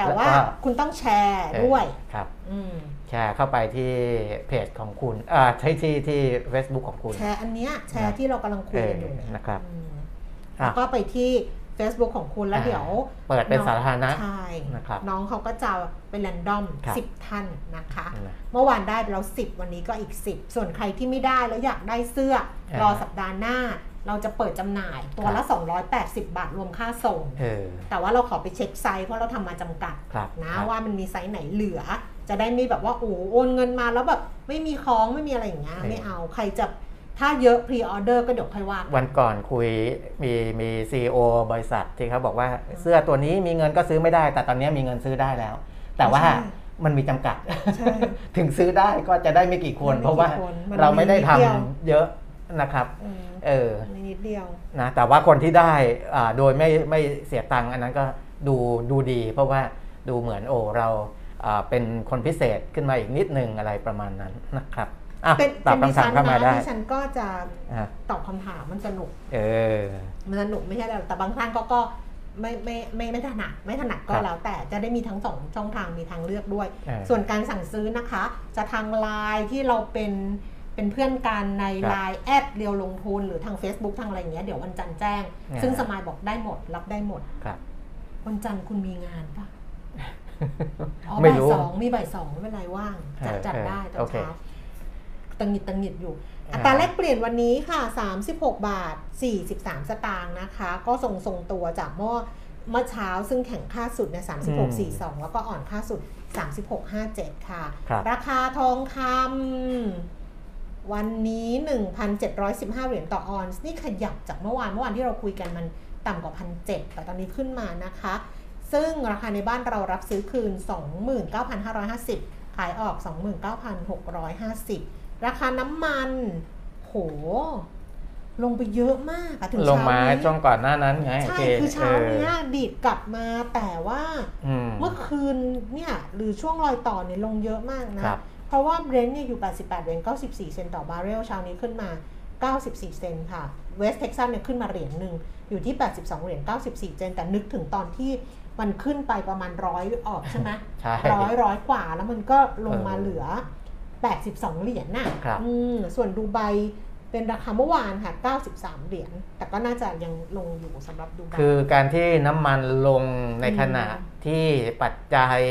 แต่ว่าคุณต้องแชร์ด้วยครับแชร์เข้าไปที่เพจของคุณอ่าใช่ที่ที่ Facebook ของคุณแชร์อันเนี้ยแชร์ที่เรากำลังคุยกันอยู่นะครับแล้วก็ไปที่ Facebook ของคุณแล้วเดี๋ยวเปิดเป็นสาธารณะใช่นะครับน้องเขาก็จะเป็นแรนดอมสิบท่านนะคะเมื่อวานได้ไปแล้วสิบวันนี้ก็อีกสิบส่วนใครที่ไม่ได้แล้วอยากได้เสื้อรอสัปดาห์หน้าเราจะเปิดจำหน่ายตัวละสองร้อยแปดสิบบาทรวมค่าส่งแต่ว่าเราขอไปเช็คไซส์เพราะเราทำมาจำกัดนะว่ามันมีไซส์ไหนเหลือจะได้ไม่แบบว่าโอ้โอนเงินมาแล้วแบบไม่มีของไม่มีอะไรอย่างเงี้ยไม่เอาใครจะถ้าเยอะพรีออเดอร์ก็เดี๋ยวค่อยว่าวันก่อนคุยมีมี ซี อี โอ บริษัทที่เขาบอกว่าเสื้อตัวนี้มีเงินก็ซื้อไม่ได้แต่ตอนนี้มีเงินซื้อได้แล้วแต่ว่ามันมีจำกัดถึงซื้อได้ก็จะได้ไม่กี่คนเพราะว่าเราไม่ได้ทำเยอะนะครับเออนิดเดียวนะแต่ว่าคนที่ได้โดยไม่ไม่เสียตังค์อันนั้นก็ดูดูดีเพราะว่าดูเหมือนโอ้เราเป็นคนพิเศษขึ้นมาอีกนิดนึงอะไรประมาณนั้นนะครับตอบคำถามเข้ามาได้ดิฉันก็จะตอบคำถามมันสนุกเออมันสนุกไม่ใช่แต่บางครั้งก็ก็ไม่ไม่ไม่ไม่ถนัดไม่ถนัดก็แล้วแต่จะได้มีทั้งสองช่องทางมีทางเลือกด้วยส่วนการสั่งซื้อนะคะจะทางไลน์ที่เราเป็นเป็นเพื่อนกันใน ไลน์ แอดเรียวลงทุนหรือทาง Facebook ทางอะไรอย่างเงี้ยเดี๋ยววันจันทร์แจ้งซึ่งสมายบอกได้หมดรับได้หมดวันจันทร์คุณมีงานปะอ๋อบ่ายสองมีบ่ายสองไม่เป็นไรว่างจัดจัดได้ตอนเช้าตังหงิดตังหงิดอยู่อัตราแลกเปลี่ยนวันนี้ค่ะสามสิบหกบาทสี่สิบสามสตางค์นะคะก็ทรงทรงตัวจากเมื่อเมื่อเช้าซึ่งแข่งค่าสุดในสามสิบหกสี่สองแล้วก็อ่อนค่าสุดสามสิบหกห้าเจ็ดค่ะราคาทองคำวันนี้ หนึ่งพันเจ็ดร้อยสิบห้า เหรียญต่อออนซ์นี่ขยับจากเมื่อวานเมื่อวานที่เราคุยกันมันต่ำกว่า หนึ่งพันเจ็ดร้อย แต่ตอนนี้ขึ้นมานะคะซึ่งราคาในบ้านเรารับซื้อคืน สองหมื่นเก้าพันห้าร้อยห้าสิบ ขายออก สองหมื่นเก้าพันหกร้อยห้าสิบ ราคาน้ำมันโหลงไปเยอะมากอะถึงเช้านี้ลงมาช่วงก่อนหน้านั้นไงใช่คือเช้านี้ดีดกลับมาแต่ว่าเมื่อคืนเนี่ยหรือช่วงรอยต่อเนี่ยลงเยอะมากนะเพราะว่าเบรนท์เนี่ยอยู่แปดสิบแปดเหรียญเก้าสิบสี่เซนต์ต่อบาร์เรลเช้านี้ขึ้นมาเก้าสิบสี่เซนต์ค่ะเวสต์เท็กซัสเนี่ยขึ้นมาเหรียญนึงอยู่ที่แปดสิบสองเหรียญเก้าสิบสี่เซนต์แต่นึกถึงตอนที่มันขึ้นไปประมาณร้อยออกใช่ไหมร้อยร้อยกว่าแล้วมันก็ลงมาเหลือแปดสิบสองเหรียญน่ะส่วนดูไบเป็นราคาเมื่อวานค่ะเก้าสิบสามเหรียญแต่ก็น่าจะยังลงอยู่สำหรับดูไบคือการที่น้ำมันลงในขณะที่ปัจจัย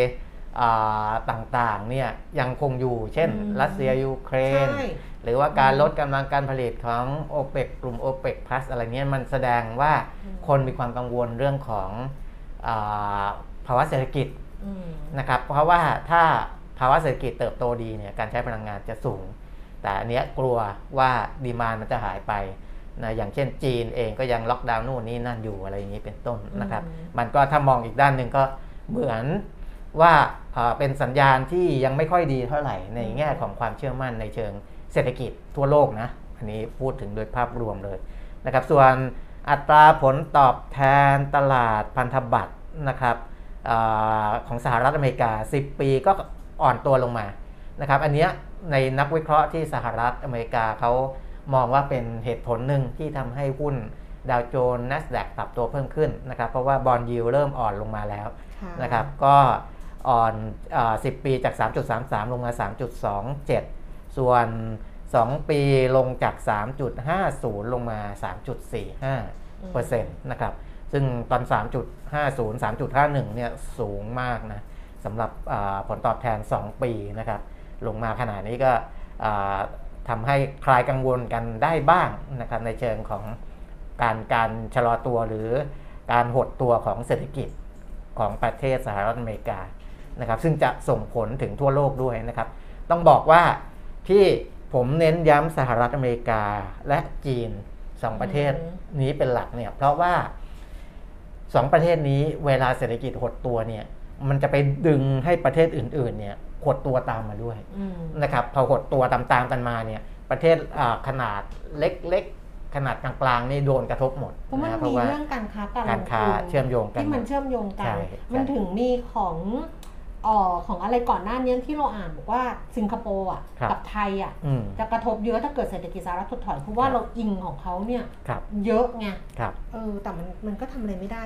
ต่างๆเนี่ยยังคงอยู่เช่นรัสเซียยูเครนหรือว่าการลดกำลังการผลิตของโอเปกกลุ่มโอเปกพลัสอะไรเงี้ยมันแสดงว่าคนมีความกังวลเรื่องของภาวะเศรษฐกิจนะครับเพราะว่าถ้าภาวะเศรษฐกิจเติบโตดีเนี่ยการใช้พลังงานจะสูงแต่อันเนี้ยกลัวว่าดีมานด์มันจะหายไปนะอย่างเช่นจีนเองก็ยังล็อกดาวน์นู่นนี่นั่นอยู่อะไรอย่างนี้เป็นต้นนะครับมันก็ถ้ามองอีกด้านหนึ่งก็เหมือนว่าเป็นสัญญาณที่ยังไม่ค่อยดีเท่าไหร่ในแง่ของความเชื่อมั่นในเชิงเศรษฐกิจทั่วโลกนะอันนี้พูดถึงโดยภาพรวมเลยนะครับส่วนอัตราผลตอบแทนตลาดพันธบัตรนะครับอของสหรัฐอเมริกาสิบปีก็อ่อนตัวลงมานะครับอันนี้ในนักวิเคราะห์ที่สหรัฐอเมริกาเขามองว่าเป็นเหตุผลหนึ่งที่ทำให้หุ้นดาวโจนส์ NASDAQ ปรับตัวเพิ่มขึ้นนะครับเพราะว่าบอนด์ยิลด์เริ่มอ่อนลงมาแล้วนะครับก็อ่อนสิบปีจาก สามจุดสามสาม ลงมา สามจุดสองเจ็ด ส่วนสองปีลงจาก สามจุดห้าศูนย์ ลงมา สามจุดสี่ห้าเปอร์เซ็นต์ นะครับซึ่งตอน สามจุดห้าศูนย์ สามจุดห้าหนึ่ง เนี่ยสูงมากนะสำหรับผลตอบแทนสองปีนะครับลงมาขนาดนี้ก็ทำให้คลายกังวลกันได้บ้างนะครับในเชิงของการการชะลอตัวหรือการหดตัวของเศรษฐกิจของประเทศสหรัฐอเมริกานะครับซึ่งจะส่งผลถึงทั่วโลกด้วยนะครับต้องบอกว่าที่ผมเน้นย้ำสหรัฐอเมริกาและจีนสองประเทศนี้เป็นหลักเนี่ยเพราะว่าสองประเทศนี้เวลาเศรษฐกิจหดตัวเนี่ยมันจะไปดึงให้ประเทศอื่นๆเนี่ยหดตัวตามมาด้วยนะครับพอหดตัวตามๆกันมาเนี่ยประเทศขนาดเล็กๆขนาดกลางๆนี่โดนกระทบหมดเพราะมันมีเรื่องการค้าการลงทุนเชื่อมโยงกันที่มันเชื่อมโยงกันมันถึงมีของอ๋อของอะไรก่อนหน้านี้ที่เราอ่านบอกว่าสิงคโปร์อ่ะกับไทยอ่ะจะกระทบเยอะถ้าเกิดเศรษฐกิจสหรัฐถดถอยเพราะว่าเราอิงของเขาเนี่ยเยอะไงเออแต่มันมันก็ทำอะไรไม่ได้ป่ะ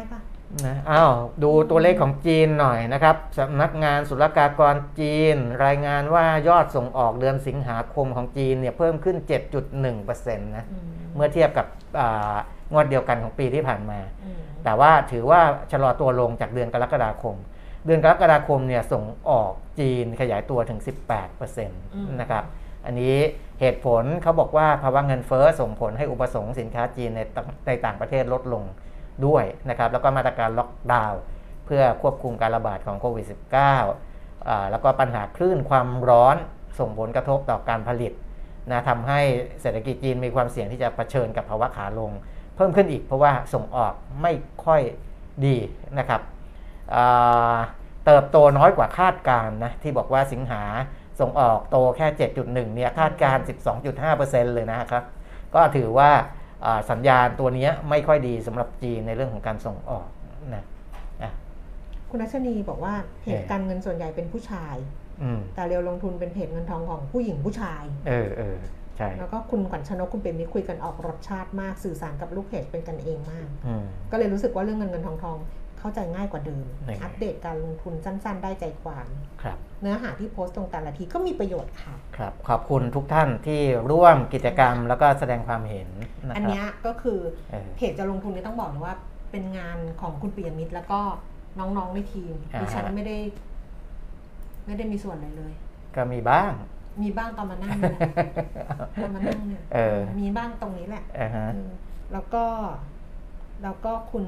นะอ้าวดูตัวเลขของจีนหน่อยนะครับสำนักงานศุลกากรจีนรายงานว่ายอดส่งออกเดือนสิงหาคมของจีนเนี่ยเพิ่มขึ้น เจ็ดจุดหนึ่งเปอร์เซ็นต์ นะเมื่อเทียบกับงวดเดียวกันของปีที่ผ่านมาแต่ว่าถือว่าชะลอตัวลงจากเดือนกรกฎาคมเดือนกรกฎาคมเนี่ยส่งออกจีนขยายตัวถึง สิบแปดเปอร์เซ็นต์ นะครับอันนี้เหตุผลเขาบอกว่าภาวะเงินเฟ้อส่งผลให้อุปสงค์สินค้าจีนในในต่างประเทศลดลงด้วยนะครับแล้วก็มาตรการล็อกดาวน์เพื่อควบคุมการระบาดของโควิด สิบเก้า อ่าแล้วก็ปัญหาคลื่นความร้อนส่งผลกระทบต่อการผลิตนะทำให้เศรษฐกิจจีนมีความเสี่ยงที่จะเผชิญกับภาวะขาลงเพิ่มขึ้นอีกเพราะว่าส่งออกไม่ค่อยดีนะครับเติบโตน้อยกว่าคาดการณ์นะที่บอกว่าสิงหาส่งออกโตแค่ เจ็ดจุดหนึ่ง เนี่ยคาดการณ์ สิบสองจุดห้าเปอร์เซ็นต์ เลยนะครับก็ถือว่าสัญญาณตัวนี้ไม่ค่อยดีสำหรับจีนในเรื่องของการส่งออกนะคุณรัชนีบอกว่าเพจการเงินส่วนใหญ่เป็นผู้ชายแต่เรียวลงทุนเป็นเพจเงินทองของผู้หญิงผู้ชายเออเออใช่แล้วก็คุณขวัญชนกคุณเป็นมิตรคุยกันออกรสชาติมากสื่อสารกับลูกเพจเป็นกันเองมากก็เลยรู้สึกว่าเรื่องเงินเงินทองทองเข้าใจง่ายกว่าเดิมอัปเดตการลงทุนสั้นๆได้ใจความเนื้อหาที่โพสต์ตรงแต่ละทีก็มีประโยชน์ค่ะครับขอบคุณทุกท่านที่ร่วมกิจกรรมแล้วก็แสดงความเห็นนะครับอันนี้ก็คือเพจจะลงทุนนี่ต้องบอกเลยว่าเป็นงานของคุณปิยมิตรแล้วก็น้องๆในทีมดิฉันไม่ได้ไม่ได้มีส่วนอะไรเลยก็มีบ้างมีบ้างตอนมานั่งเนี่ยตอนมานั่งเนี่ยมีบ้างตรงนี้แหละแล้วก็แล้วก็คุณ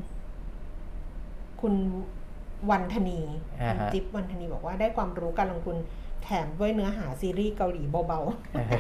คุณวันธนีคุณจิ๊บวันธนีบอกว่าได้ความรู้การลงทุนแถมด้วยเนื้อหาซีรีส์เกาหลีเบา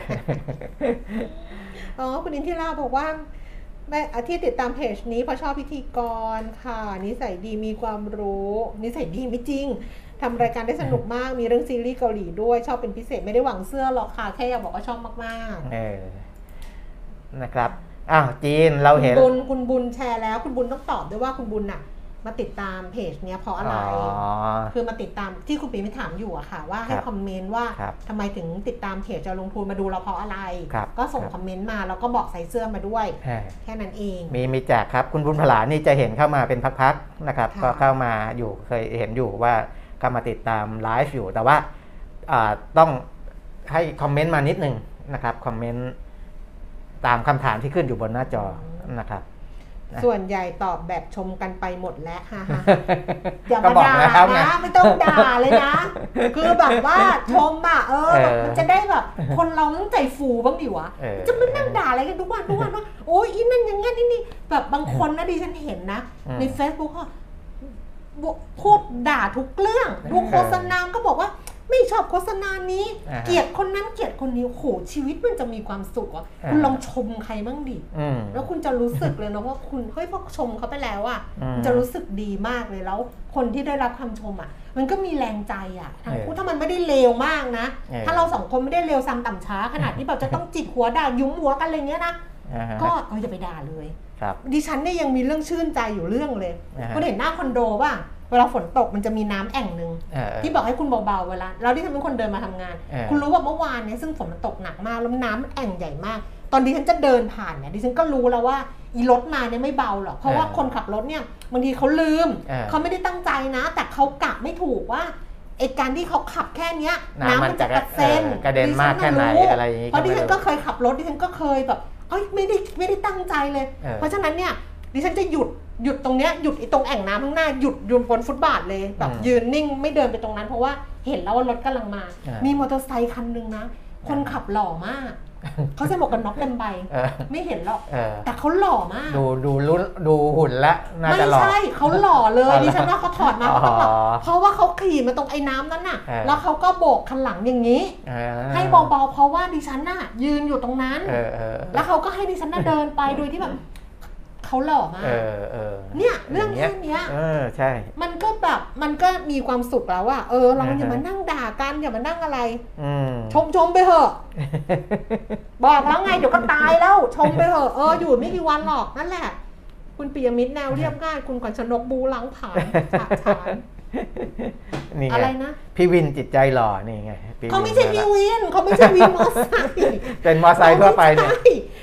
ๆอ๋อคุณอินทิราบอกว่าแม่อาทิตย์ติดตามเพจนี้เพราะชอบพิธีกรค่ะนิสัยดีมีความรู้นิสัยดีไม่จริงทำรายการได้สนุกมากมีเรื่องซีรีส์เกาหลีด้วยชอบเป็นพิเศษไม่ได้หวังเสื้อหรอกค่ะแค่อยากบอกว่าชอบมากๆเออนะครับอ้าวจีนเราเห็นคุณบุญคุณบุญแชร์แล้วคุณบุญต้องตอบด้วยว่าคุณบุญน่ะมาติดตามเพจเนี้ยเพราะอะไรคือมาติดตามที่คุณปีไม่ถามอยู่อะค่ะว่าให้คอมเมนต์ว่าทำไมถึงติดตามเพจจะลงทุนมาดูเราเพราะอะไรก็ส่งคอมเมนต์มาแล้วก็บอกใส่เสื้อมาด้วยแค่นั้นเองมีมีแจกครับคุณบุญพลานี่จะเห็นเข้ามาเป็นพักๆนะครับก็เข้ามาอยู่เคยเห็นอยู่ว่าเข้ามาติดตามไลฟ์อยู่แต่ว่าต้องให้คอมเมนต์มานิดนึงนะครับคอมเมนต์ตามคำถามที่ขึ้นอยู่บนหน้าจอนะครับส่วนใหญ่ตอบแบบชมกันไปหมดแล้วค่ะอย่ามาด่านะไม่ต้องด่าเลยนะคือแบบว่าชมอ่ะเออมันจะได้แบบคนเราต้องใจฟูบ้างดิวะจะไม่นั่งด่าอะไรกันทุกวันทุกวันว่าโอ้ยอีนั่นอย่างงั้นนี่นี่แบบบางคนนะดิฉันเห็นนะใน Facebook เขาพูดด่าทุกเรื่องดูโฆษณาก็บอกว่าไม่ชอบโฆษณานี้เกลียดคนนั้นเกลียดคนนี้โหชีวิตมันจะมีความสุขอ่ะคุณลองชมใครบ้างดิแล้วคุณจะรู้สึกเลยนะว่าคุณเฮ้ยพอชมเขาไปแล้วอ่ะมันจะรู้สึกดีมากเลยแล้วคนที่ได้รับคำชมอ่ะมันก็มีแรงใจอ่ะทั้งคู่ถ้ามันไม่ได้เลวมากนะถ้าเราสองคนไม่ได้เลวซ้ำต่ำช้าขนาดที่แบบจะต้องจิกหัวด่ายุ้มหัวกันอะไรเงี้ยนะก็เอออย่าไปด่าเลยดิฉันเนี่ยยังมีเรื่องชื่นใจอยู่เรื่องเลยคุณเห็นหน้าคอนโดป่ะเวลาฝนตกมันจะมีน้ำแอ่งนึงที่บอกให้คุณเบาๆเวลาเราที่ทำเป็นคนเดินมาทำงานคุณรู้ว่าเมื่อวานนี้ซึ่งฝนมันตกหนักมากแล้วน้ำแอ่งใหญ่มากตอนดิฉันจะเดินผ่านเนี่ยดิฉันก็รู้แล้วว่าอีรถมาเนี่ยไม่เบาหรอกเพราะว่าคนขับรถเนี่ยบางทีเขาลืมเขาไม่ได้ตั้งใจนะแต่เขากะไม่ถูกว่าไอ้การที่เขาขับแค่นี้น้ำมันจะกระเซ็นกระเด็นมากแค่ไหนอะไรอย่างนี้เพราะดิฉันก็เคยขับรถดิฉันก็เคยแบบเอ้ยไม่ได้ไม่ได้ตั้งใจเลยเพราะฉะนั้นเนี่ยดิฉันจะหยุดหยุดตรงเนี้ยหยุดไอ้ตรงแอ่งน้ำข้างหน้าหยุดยืนบนฟุตบาทเลยแบบยืนนิ่งไม่เดินไปตรงนั้นเพราะว่าเห็นแล้วว่ารถกำลังมามีมอเตอร์ไซค์คันนึงนะคนขับหล่อมากเขาใส่หมวกกันน็อกเต็มใบไม่เห็นหรอกแต่เขาหล่อมากดูดูรุ่นดูหุ่นละน่าจะหล่อไม่ใช่เขาหล่อเลยดิฉันว่าเขาถอดมาเขาต้องหล่อเพราะว่าเขาขี่มาตรงไอ้น้ำนั้นน่ะแล้วเขาก็โบกคันหลังอย่างนี้ให้เบาๆเพราะว่าดิฉันน่ะยืนอยู่ตรงนั้นแล้วเขาก็ให้ดิฉันน่ะเดินไปโดยที่แบบเขาหล่อมากเออเออเนี่ยเรื่องแค่นี้เออใช่มันก็แบบมันก็มีความสุขแล้วว่าเออเราอย่ามานั่งด่ากันอย่ามานั่งอะไรชมชมไปเถอะบอกแล้วไงเดี๋ยวก็ตายแล้วชมไปเถอะเอออยู่ไม่กี่วันหรอกนั่นแหละคุณปิยมิตรแนวเรียบง่ายคุณขวัญชนกบูหลังผานฉาฉานอะไรนะพี่วินจิตใจหล่อนี่ไงเขาไม่ใช่พี่วินเขาไม่ใช่วินมอไซค์เป็นมอไซค์ทั่วไปเนี่ย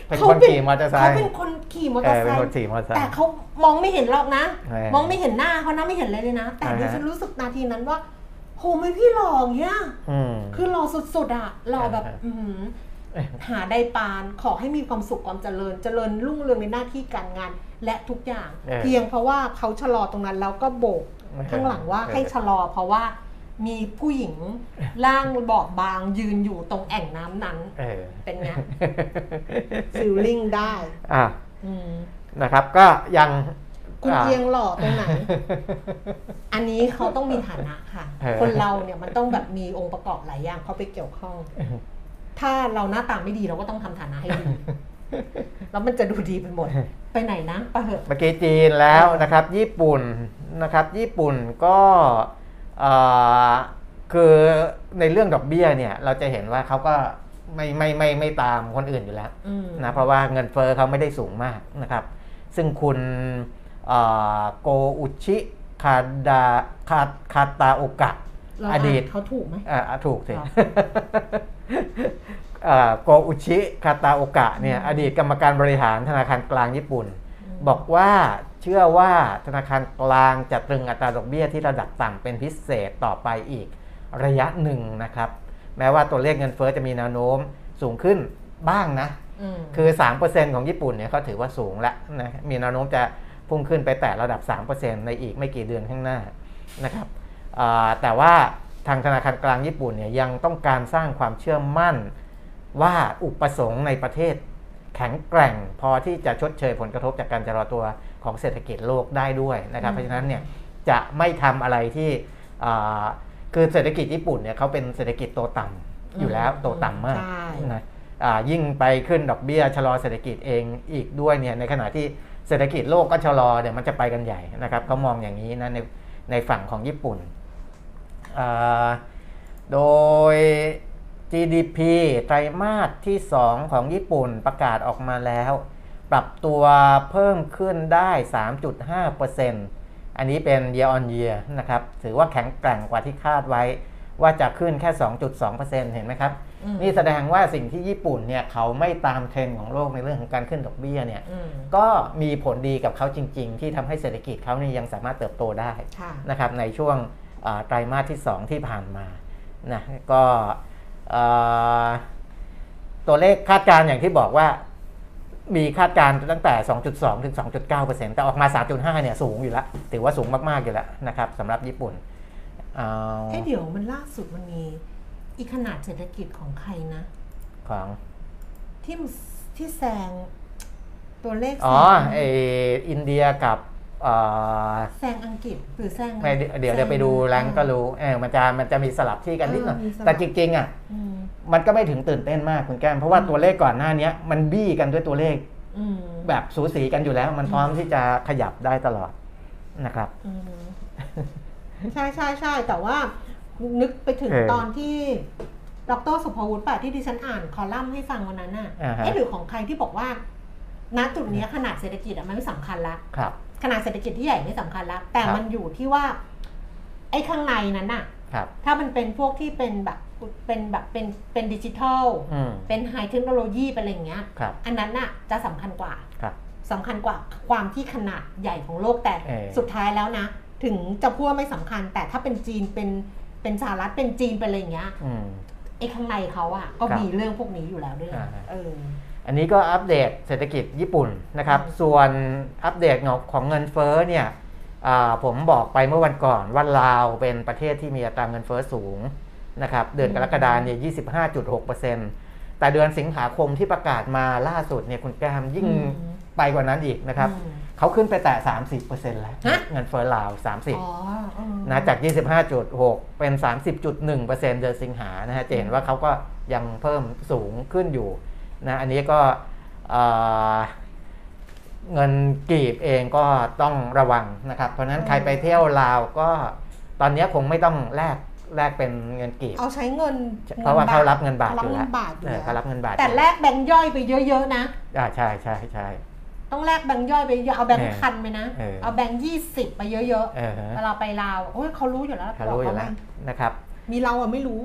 เป็นคนขี่มอเตอร์ไซค์เขาเป็นคนขี่มอเตอร์ไซค์แต่เขามองไม่เห็นหรอกนะมองไม่เห็นหน้าเขานะไม่เห็นอะไรเลยนะแต่ดิฉันรู้สึกนาทีนั้นว่าโหไม่พี่หล่ออย่างเงี้ยคือหล่อสุดๆอ่ะหล่อแบบหาได้ปานขอให้มีความสุขความเจริญเจริญรุ่งเรืองในหน้าที่การงานและทุกอย่างเพียงเพราะว่าเขาชะลอตรงนั้นแล้วก็โบกข้างหลังว่าให้ชะลอเพราะว่ามีผู้หญิงร่างบอบบางยืนอยู่ตรงแอ่งน้ำนั้นเป็นไงฟิลลิ่งได้อ่ะนะครับก็ยังคุณเอียงหล่อตรงไหนอันนี้เขาต้องมีฐานะค่ะคนเราเนี่ยมันต้องแบบมีองค์ประกอบหลายอย่างเข้าไปเกี่ยวข้องถ้าเราหน้าตาไม่ดีเราก็ต้องทำฐานะให้ดีแล้วมันจะดูดีไปหมดไปไหนนะไปเหอะเมื่อกี้จีนแล้วนะครับญี่ปุ่นนะครับญี่ปุ่นก็คือในเรื่องดอกเบี้ยเนี่ยเราจะเห็นว่าเขาก็ไม่ไม่ไม่ไม่ตามคนอื่นอยู่แล้วนะเพราะว่าเงินเฟ้อเขาไม่ได้สูงมากนะครับซึ่งคุณโกอุชิคาดาคาคาตาโอกะอดีตเขาถูกไหมอ่าถูกสิโกอุชิคาตาโอกะเนี่ยอดีตกรรมการบริหารธนาคารกลางญี่ปุ่นบอกว่าเชื่อว่าธนาคารกลางจะตรึงอัตราดอกเบี้ยที่ระดับต่ำเป็นพิเศษต่อไปอีกระยะหนึ่งนะครับแม้ว่าตัวเลขเงินเฟ้อจะมีแนวโน้มสูงขึ้นบ้างนะคือ สามเปอร์เซ็นต์ ของญี่ปุ่นเนี่ยเขาถือว่าสูงแล้วนะมีแนวโน้มจะพุ่งขึ้นไปแต่ระดับ สามเปอร์เซ็นต์ ในอีกไม่กี่เดือนข้างหน้านะครับแต่ว่าทางธนาคารกลางญี่ปุ่นเนี่ยยังต้องการสร้างความเชื่อมั่นว่าอุปสงค์ในประเทศแข็งแกร่งพอที่จะชดเชยผลกระทบจากการชะลอตัวของเศรษฐกิจโลกได้ด้วยนะครับเพราะฉะนั้นเนี่ยจะไม่ทำอะไรที่คือเศรษฐกิจญี่ปุ่นเนี่ยเขาเป็นเศรษฐกิจโตต่ำอยู่แล้วโตต่ำมากนะยิ่งไปขึ้นดอกเบี้ยชะลอเศรษฐกิจเองอีกด้วยเนี่ยในขณะที่เศรษฐกิจโลกก็ชะลอเนี่ยมันจะไปกันใหญ่นะครับเขามองอย่างนี้นะในในฝั่งของญี่ปุ่นโดย จี ดี พี ไตรมาสที่สองของญี่ปุ่นประกาศออกมาแล้วปรับตัวเพิ่มขึ้นได้ สามจุดห้าเปอร์เซ็นต์ อันนี้เป็น year on year นะครับถือว่าแข็งแกร่งกว่าที่คาดไว้ว่าจะขึ้นแค่ สองจุดสองเปอร์เซ็นต์ เห็นไหมครับนี่แสดงว่าสิ่งที่ญี่ปุ่นเนี่ยเขาไม่ตามเทรนด์ของโลกในเรื่องของการขึ้นดอกเบี้ยเนี่ยก็มีผลดีกับเขาจริงๆที่ทำให้เศรษฐกิจเขาเนี่ยยังสามารถเติบโตได้นะครับในช่วงไตรมาสที่สองที่ผ่านมานะก็ตัวเลขคาดการณ์อย่างที่บอกว่ามีคาดการณ์ตั้งแต่ สองจุดสอง ถึง สองจุดเก้าเปอร์เซ็นต์ แต่ออกมา สามจุดห้า เนี่ยสูงอยู่แล้วถือว่าสูงมากๆอยู่แล้วนะครับสำหรับญี่ปุ่นเอ้เดี๋ยวมันล่าสุดมันมีอีกขนาดเศรษฐกิจของใครนะของที่ที่แซงตัวเลขอ๋อไออินเดียกับแซงอังกฤษหรือแซงเดี๋ยวเดี๋ยวไปดูแรงก็รู้เออมันจะมันจะมีสลับที่กันนิดหน่อยแต่จริงๆอ่ะมันก็ไม่ถึงตื่นเต้นมากคุณแก้มเพราะว่าตัวเลขก่อนหน้านี้มันบี้กันด้วยตัวเลขแบบสูสีกันอยู่แล้วมันพร้อมที่จะขยับได้ตลอดนะครับใช่ใช่ใช่แต่ว่านึกไปถึงตอนที่ดร.สุภวุฒิป่ะที่ดิฉันอ่านคอลัมน์ให้ฟังวันนั้นน่ะเอ๊ะหรือของใครที่บอกว่าณจุดนี้ขนาดเศรษฐกิจมันไม่สำคัญละขนาดเศรษฐกิจที่ใหญ่ไม่สำคัญละแต่มันอยู่ที่ว่าไอ้ข้างในนั้นน่ะถ้ามันเป็นพวกที่เป็นแบบเป็นแบบเป็นเป็นดิจิทัลเป็นไฮเทคโนโลยีเป็นอะไรอย่างเงี้ยอันนั้นน่ะจะสำคัญกว่าสำคัญกว่าความที่ขนาดใหญ่ของโลกแต่สุดท้ายแล้วนะถึงจะพูดไม่สำคัญแต่ถ้าเป็นจีนเป็นเป็นสหรัฐเป็นจีนเป็นอะไรอย่างเงี้ยไอ้ข้างในเขาอ่ะก็มีเรื่องพวกนี้อยู่แล้วด้วยเอออันนี้ก็อัปเดตเศรษฐกิจญี่ปุ่นนะครับส่วนอัปเดตของเงินเฟ้อเนี่ยผมบอกไปเมื่อวันก่อนว่าลาวเป็นประเทศที่มีอัตราเงินเฟ้อสูงนะครับเดือนกรกฎาคมเนี่ย ยี่สิบห้าจุดหกเปอร์เซ็นต์ แต่เดือนสิงหาคมที่ประกาศมาล่าสุดเนี่ยคุณแก้มยิ่งไปกว่านั้นอีกนะครับเขาขึ้นไปแตะ สามสิบเปอร์เซ็นต์ แล้วเงินเฟ้อลาวสามสิบนะจาก ยี่สิบห้าจุดหก เป็น สามสิบจุดหนึ่งเปอร์เซ็นต์ เดือนสิงหานะฮะจะเห็นว่าเขาก็ยังเพิ่มสูงขึ้นอยู่นะอันนี้ก็เงินกีบเองก็ต้องระวังนะครับเพราะฉะนั้นใครไปเที่ยวลาวก็ตอนนี้คงไม่ต้องแลกแลกเป็นเงินกีบเอาใช้เงินเพราะว่าเขารับเงินบาทอยู่แล้วเขารับเงินบาทแต่แลกแบงค์ย่อยไปเยอะๆนะอ่าใช่ใช่ใช่ต้องแลกแบงค์ย่อยไปเยอะเอาแบงค์พันไปนะเอาแบงค์ยี่สิบไปเยอะๆเวลาไปลาวโอ้ยเขารู้อยู่แล้วเขารู้อยู่แล้วนะครับมีเราอะไม่รู้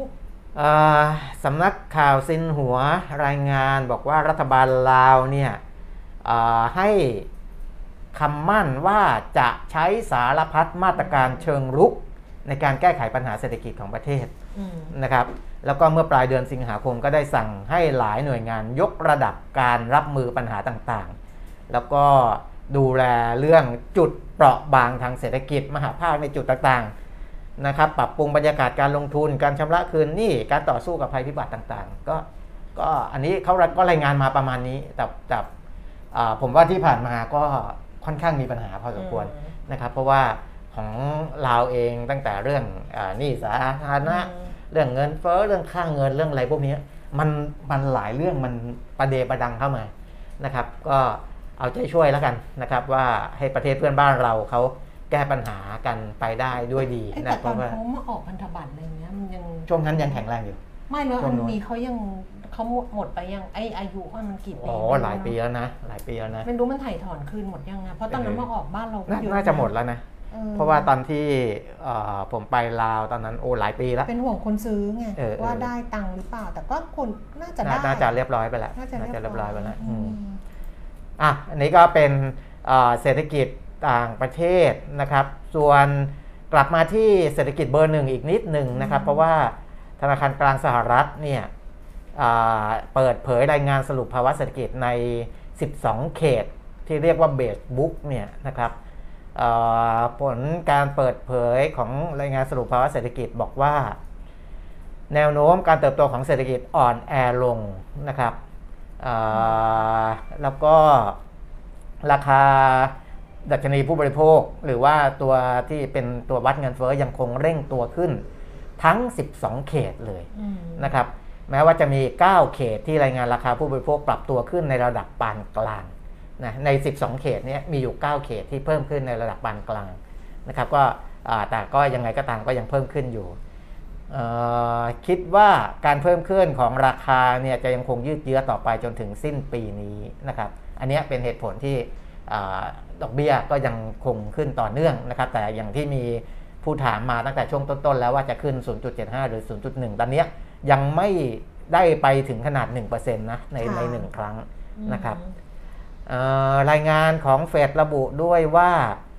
สำนักข่าวซินหัวรายงานบอกว่ารัฐบาลลาวเนี่ยให้คำมั่นว่าจะใช้สารพัดมาตรการเชิงรุกในการแก้ไขปัญหาเศรษฐกิจของประเทศนะครับแล้วก็เมื่อปลายเดือนสิงหาคมก็ได้สั่งให้หลายหน่วยงานยกระดับการรับมือปัญหาต่างๆแล้วก็ดูแลเรื่องจุดเปราะบางทางเศรษฐกิจมหาภาคในจุดต่างๆนะครับปรับปรุงบรรยากาศการลงทุนการชำระคืนหนี้การต่อสู้กับภัยพิบัติต่างๆก็ก็อันนี้เขาก็รายงานมาประมาณนี้แต่แต่ผมว่าที่ผ่านมาก็ค่อนข้างมีปัญหาพอสมควรนะครับเพราะว่าของลาวเองตั้งแต่เรื่องหนี้สาธารณะเรื่องเงินเฟ้อเรื่องค่าเงินเรื่องอะไรพวกนี้มันมันหลายเรื่องมันประเดประดังเข้ามานะครับก็เอาใจช่วยแล้วกันนะครับว่าให้ประเทศเพื่อนบ้านเราเขาแก้ปัญหากันไปได้ด้วยดีนะเพราะว่าเขามาออกพันธบัตรอะไรเงี้ยมันยังช่วงนั้นยังแข็งแรงอยู่ไม่แล้วอันมีเขายังเขาหมดไปยังไออายุมันกี่ปีอ๋อหลายปีแล้วนะหลายปีแล้วนะไม่รู้มันถ่ายถอนคืนหมดยังไงเพราะตอนนั้นมาออกบ้านเราก็เยอะน่าจะหมดแล้วนะเพราะว่าตอนที่ผมไปลาวตอนนั้นโอ้หลายปีแล้วเป็นห่วงคนซื้อไงว่าได้ตังค์หรือเปล่าแต่ก็คนน่าจะได้น่าจะเรียบร้อยไปแล้วน่าจะเรียบร้อยไปแล้วอ่ะอันนี้ก็เป็นเศรษฐกิจต่างประเทศนะครับส่วนกลับมาที่เศรษฐกิจเบอร์หนึ่งอีกนิดหนึ่งนะครับเพราะว่าธนาคารกลางสหรัฐเนี่ยเปิดเผยรายงานสรุปภาวะเศรษฐกิจในสิบสองเขตที่เรียกว่าเบสบุ๊กเนี่ยนะครับผลการเปิดเผยของรายงานสรุปภาวะเศรษฐกิจบอกว่าแนวโน้มการเติบโตของเศรษฐกิจอ่อนแอลงนะครับแล้วก็ราคาดัชนีผู้บริโภคหรือว่าตัวที่เป็นตัววัดเงินเฟ้อยังคงเร่งตัวขึ้นทั้งสิบสองเขตเลยนะครับแม้ว่าจะมีเก้าเขตที่รายงานราคาผู้บริโภคปรับตัวขึ้นในระดับปานกลางนะในสิบสองเขตนี้มีอยู่เก้าเขตที่เพิ่มขึ้นในระดับปานกลางนะครับก็แต่ก็ยังไงก็ตามก็ยังเพิ่มขึ้นอยู่คิดว่าการเพิ่มขึ้นของราคาเนี่ยจะยังคงยืดเยื้อต่อไปจนถึงสิ้นปีนี้นะครับอันนี้เป็นเหตุผลที่ดอกเบี้ยก็ยังคงขึ้นต่อเนื่องนะครับแต่อย่างที่มีผู้ถามมาตั้งแต่ช่วงต้นๆแล้วว่าจะขึ้น ศูนย์จุดเจ็ดห้า หรือ ศูนย์จุดหนึ่ง ตอนนี้ยังไม่ได้ไปถึงขนาด หนึ่งเปอร์เซ็นต์ นะในในหนึ่งครั้งนะครับรายงานของเฟดระบุด้วยว่า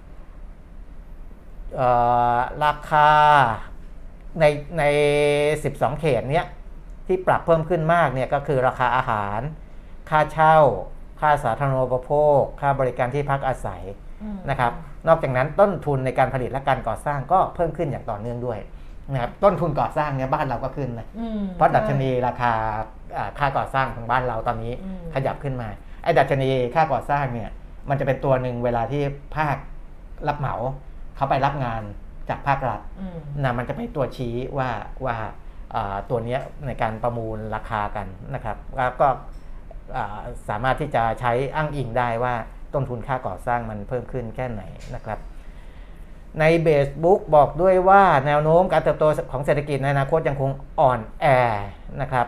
ราคาในในสิบสองเขตเนี้ยที่ปรับเพิ่มขึ้นมากเนี่ยก็คือราคาอาหารค่าเช่าค่าสาธารณูปโภคค่าบริการที่พักอาศัยนะครับนอกจากนั้นต้นทุนในการผลิตและการก่อสร้างก็เพิ่มขึ้นอย่างต่อเนื่องด้วยนะครับต้นทุนก่อสร้างเนี่ยบ้านเราก็ขึ้นนะเพราะดัชนีราคาค่าก่อสร้างของบ้านเราตอนนี้ขยับขึ้นมาไอ้ดัชนีค่าก่อสร้างเนี่ยมันจะเป็นตัวหนึ่งเวลาที่ภาครับเหมาเขาไปรับงานจากภาครัฐนะมันจะเป็นตัวชี้ว่าว่าตัวนี้ในการประมูลราคากันนะครับแล้วก็สามารถที่จะใช้อ้างอิงได้ว่าต้นทุนค่าก่อสร้างมันเพิ่มขึ้นแค่ไหนนะครับในเบสบุ๊กบอกด้วยว่าแนวโน้มการเติบโตของเศรษฐกิจในอนาคตยังคงอ่อนแอนะครับ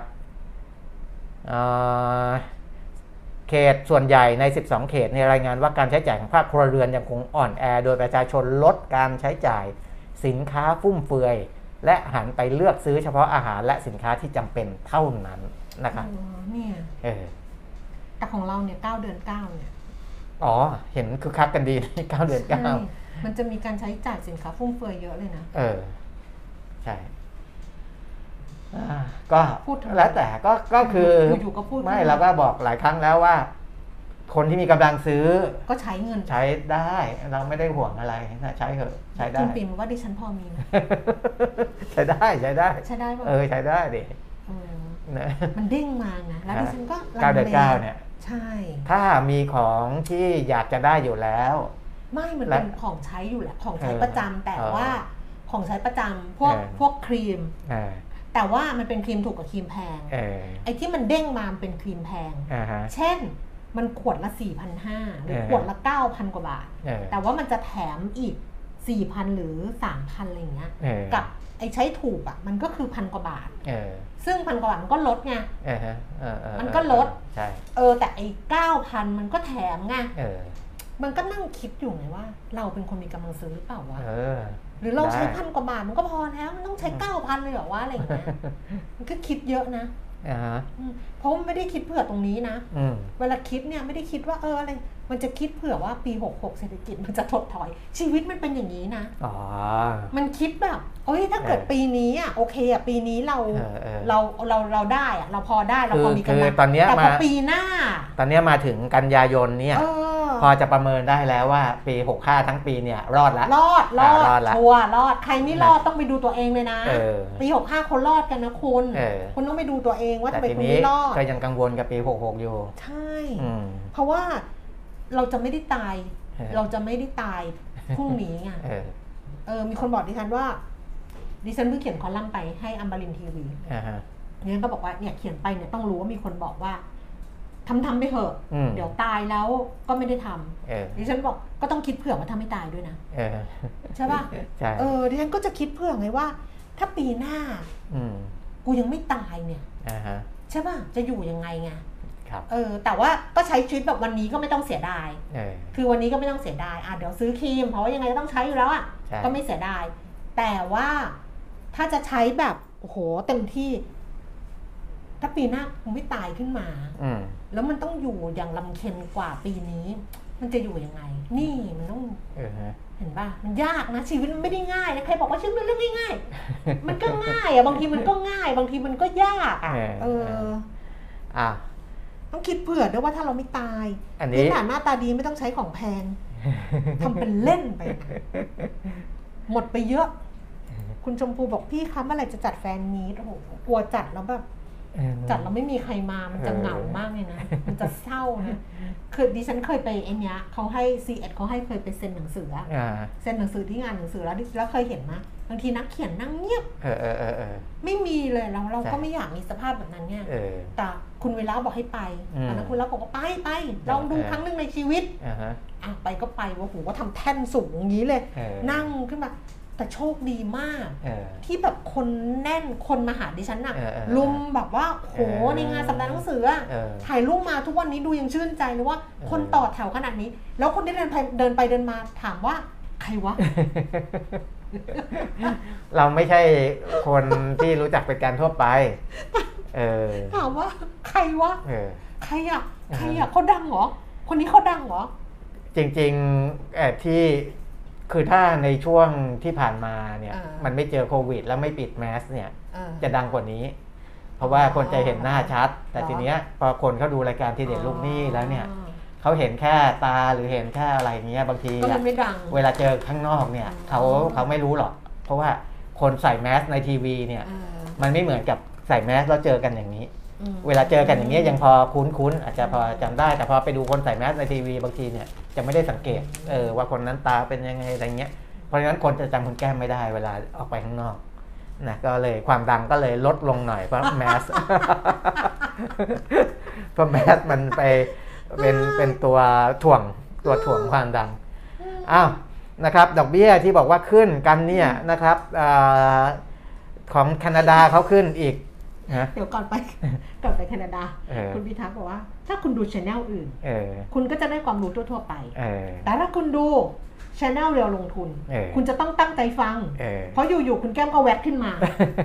เขตส่วนใหญ่ในสิบสองเขตในรายงานว่าการใช้จ่ายของภาคครัวเรือนยังคงอ่อนแอโดยประชาชนลดการใช้จ่ายสินค้าฟุ่มเฟือยและหันไปเลือกซื้อเฉพาะอาหารและสินค้าที่จำเป็นเท่านั้นนะครับเนี่ยเออแต่ของเราเนี่ยเก้าเดือนเก้าเนี่ยอ๋อเห็นคึกคักกันดีเก้าเดือนเก้ามันจะมีการใช้จ่ายสินค้าฟุ่มเฟือยเยอะเลยนะเออใช่ก็แล้วแต่ก็ก็คืออยู่ๆก็พูดไม่เราก็บอกหลายครั้งแล้วว่าคนที่มีกำลังซื้อก็ใช้เงินใช้ได้เราไม่ได้ห่วงอะไรใช้เถอะใช้ได้คุณปิ่มว่าดิฉันพอมีใช้ได้ใช้ได้ใช้ได้ป่ะเออใช้ได้ดิมันเด้งมาไงแล้วดิฉันก็เก้าเดือนเก้าเนี่ยใช่ถ้ามีของที่อยากจะได้อยู่แล้วไม่มันเป็นของใช้อยู่แหละของใช้ประจำแต่ว่าของใช้ประจำพวกพวกครีมแต่ว่ามันเป็นครีมถูกกับครีมแพงไอ้ที่มันเด้งมาเป็นครีมแพงเช่นมันขวดละ สี่พันห้าร้อย หรือขวดละ เก้าพัน กว่าบาทแต่ว่ามันจะแถมอีก สี่พัน หรือ สามพัน อะไรอย่างเงี้ยกับไอ้ใช้ถูกอ่ะมันก็คือพันกว่าบาทซึ่งพันกว่าบาทมันก็ลดไงมันก็ลดเออแต่ไอ้ เก้าพัน มันก็แถมไงมันก็นั่งคิดอยู่ไงว่าเราเป็นคนมีกำลังซื้อหรือเปล่าวะหรือเราใช้พันกว่าบาทมันก็พอแล้วมันต้องใช้เก้าพันเลยเหรอวะอะไรอย่างเงี้ยมันก็คิดเยอะนะอ่าฮะเพราะมันไม่ได้คิดเผื่อตรงนี้นะเวลาคิดเนี่ยไม่ได้คิดว่าเอออะไรมันจะคิดเผื่อว่าปีหกหกเศรษฐกิจมันจะถดถอยชีวิตมันเป็นอย่างนี้นะอ๋อมันคิดแบบเฮ้ยถ้าเกิดปีนี้อ่ะโอเคอ่ะปีนี้เราเราเราเราได้อ่ะเราพอได้เราพอมีกำลังแต่พอปีหน้าตอนนี้มาถึงกันยายนเนี่ยพอจะประเมินได้แล้วว่าปีหกสิบห้าทั้งปีเนี่ยรอดแล้วรอดรอดชัวร์รอดใครไม่รอดต้องไปดูตัวเองเลยนะปีหกสิบห้าคนรอดกันนะคุณคุณต้องไปดูตัวเองว่าทำไมคุณไม่รอดก็ยังกังวลกับปีหกสิบหกอยู่ใช่เพราะว่าเราจะไม่ได้ตายเราจะไม่ได้ตายพรุ่งนี้ไงเออมีคนบอกดิฉันว่าดิฉันเพิ่งเขียนคอลัมน์ไปให้อัมบรินทีวีเนี่ยก็บอกว่าเนี่ยเขียนไปเนี่ยต้องรู้ว่ามีคนบอกว่าทำทำไปเถอะเดี๋ยวตายแล้วก็ไม่ได้ทำดิฉันบอกก็ต้องคิดเผื่อว่าถ้าไม่ตายด้วยนะใช่ป่ะเออดิฉันก็จะคิดเผื่อไงว่าถ้าปีหน้ากูยังไม่ตายเนี่ยใช่ป่ะจะอยู่ยังไงไงเออแต่ว่าก็ใช้ชีวิตแบบวันนี้ก็ไม่ต้องเสียดายคือวันนี้ก็ไม่ต้องเสียดายอ่ะเดี๋ยวซื้อครีมเพราะว่ายังไงก็ต้องใช้อยู่แล้วอ่ะก็ไม่เสียดายแต่ว่าถ้าจะใช้แบบโอ้โหเต็มที่ถ้าปีหน้าคงไม่ตายขึ้นมาแล้วมันต้องอยู่อย่างลำเค็ญกว่าปีนี้มันจะอยู่ยังไงนี่มันต้องเห็นป่ะมันยากนะชีวิตมันไม่ได้ง่ายนะใครบอกว่าชีวิตมันเรื่องง่ายๆมันก็ง่ายอ่ะบางทีมันก็ง่ายบางทีมันก็ยากอ่ะเอออ่ะต้องคิดเผื่อด้วยว่าถ้าเราไม่ตายพื้นฐานหน้าตาดีไม่ต้องใช้ของแพงทำเป็นเล่นไปหมดไปเยอะคุณชมพูบอกพี่คะเมื่อไหร่จะจัดแฟนมีตโอ้โหกลัวจัดแล้วแบบจัดแล้วไม่มีใครมามันจะเหงามากเลยนะมันจะเศร้านะคือดิฉันเคยไปไอ้เนี้ยเขาให้ ซี เอส เขาให้เคยไปเซ็นหนังสือเซ็นหนังสือที่งานหนังสือแล้วแล้วเคยเห็นนะบางทีนักเขียนนั่งเงียบเออเออเออเออไม่มีเลยเราเราก็ไม่อยากมีสภาพแบบนั้นเนี่ยแต่คุณเวลาบอกให้ไปตอนนั้นคุณเวลาบอกว่าไปไปลองดูครั้งหนึ่งในชีวิตอ่ะไปก็ไปว่าโหว่าทำแท่นสูงอย่างนี้เลยนั่งขึ้นมาแต่โชคดีมากที่แบบคนแน่นคนมาหาดิฉันน่ะลุมแบบว่าโหในงานสัปดาห์หนังสือถ่ายรูปมาทุกวันนี้ดูยังชื่นใจเลยว่าคนต่อแถวขนาดนี้แล้วคนที่เดินไปเดินไปเดินมาถามว่าใครวะเราไม่ใช่คนที่รู้จักเป็นการทั่วไปเออถามว่าใครวะใครอ่ะใครอ่ะเขาดังเหรอคนนี้เขาดังเหรอจริงๆแอบที่คือถ้าในช่วงที่ผ่านมาเนี่ยมันไม่เจอโควิดแล้วไม่ปิดแมสเนี่ยจะดังกว่านี้เพราะว่าคนจะเห็นหน้าชัดแต่ทีเนี้ยพอคนเขาดูรายการทีเด็ดลูกหนี้แล้วเนี่ยเขาเห็นแค่ตาหรือเห็นแค่อะไรเงี้ยบางทีเวลาเจอข้างนอกเนี่ยเขาเขาไม่รู้หรอกเพราะว่าคนใส่แมสในทีวีเนี่ยมันไม่เหมือนกับใส่แมสแล้วเจอกันอย่างนี้เวลาเจอกันอย่างนี้ยังพอคุ้นๆอาจจะพอจำได้แต่พอไปดูคนใส่แมสในทีวีบางทีเนี่ยจะไม่ได้สังเกตเออว่าคนนั้นตาเป็นยังไงอะไรเงี้ยเพราะฉะนั้นคนจะจำคนแก้มไม่ได้เวลาออกไปข้างนอกนะก็เลยความดังก็เลยลดลงหน่อยเพราะแมสเพราะแมสมันไปเป็นเป็นตัวถ่วงตัวถ่วงความดังอ้าวนะครับดอกเบี้ยที่บอกว่าขึ้นกันเนี่ยนะครับของแคนาดาเขาขึ้นอีกเดี๋ยวก่อนไปก่อนไปแคนาดาคุณพิทักษ์บอกว่าถ้าคุณดูช anel อื่นคุณก็จะได้ความรู้ทั่วๆไปแต่ถ้าคุณดูช anel เรียวลงทุนคุณจะต้องตั้งใจฟังเพราะอยู่ๆคุณแก้มก็แวบขึ้นมา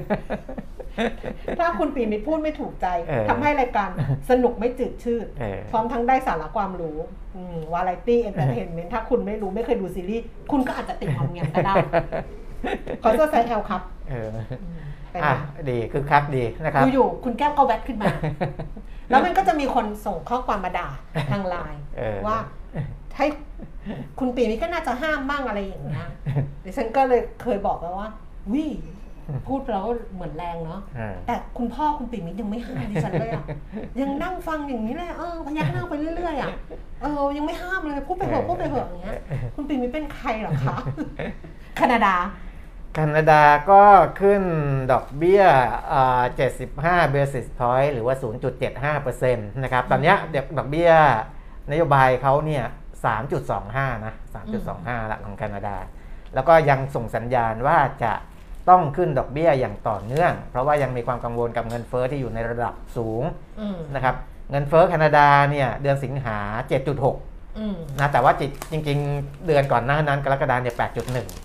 ถ้าคุณปีมิตรพูดไม่ถูกใจทำให้รายการสนุกไม่จืดชืดพร้อมทั้งได้สาระความรู้วาไรตี้เอนเตอร์เทนเมนต์ถ้าคุณไม่รู้ไม่เคยดูซีรีส์คุณก็อาจจะติดความเงียบก็ได้ขอโทษไซแอลครับอ่ะดีคือคักดีนะครับอยู่ๆคุณแก้มก็แวบขึ้นมาแล้วมันก็จะมีคนส่งข้อความมาด่าทางไลน์ว่าให้คุณปีนี้ก็น่าจะห้ามบ้างอะไรอย่างเงี้ยดิฉันก็เลยเคยบอกแล้วว่าวิพูดแล้วเหมือนแรงเนาะแต่คุณพ่อคุณปีนี้ยังไม่ห้ามดิฉันเลยอ่ะยังนั่งฟังอย่างนี้เลยเออพยักหน้าไปเรื่อยๆอ่ะเออยังไม่ห้ามเลยพูดไปเถอะพูดไปเถอะอย่างเงี้ยคุณปีนี้เป็นใครหรอคะแคนาดาแคนาดาก็ขึ้นดอกเบี้ยเจ็ดสิบห้า basis point หรือว่า ศูนย์จุดเจ็ดห้าเปอร์เซ็นต์ นะครับตอนนี้ดอกเบี้ยนโยบายเขาเนี่ย สามจุดสองห้า นะ สามจุดสองห้า ละของแคนาดาแล้วก็ยังส่งสัญญาณว่าจะต้องขึ้นดอกเบี้ยอย่างต่อเนื่องเพราะว่ายังมีความกังวลกับเงินเฟ้อที่อยู่ในระดับสูงนะครับเงินเฟ้อแคนาดาเนี่ยเดือนสิงหา เจ็ดจุดหก นะแต่ว่าจริงๆเดือนก่อนหน้านั้นกรกฎาคมเนี่ย แปดจุดหนึ่ง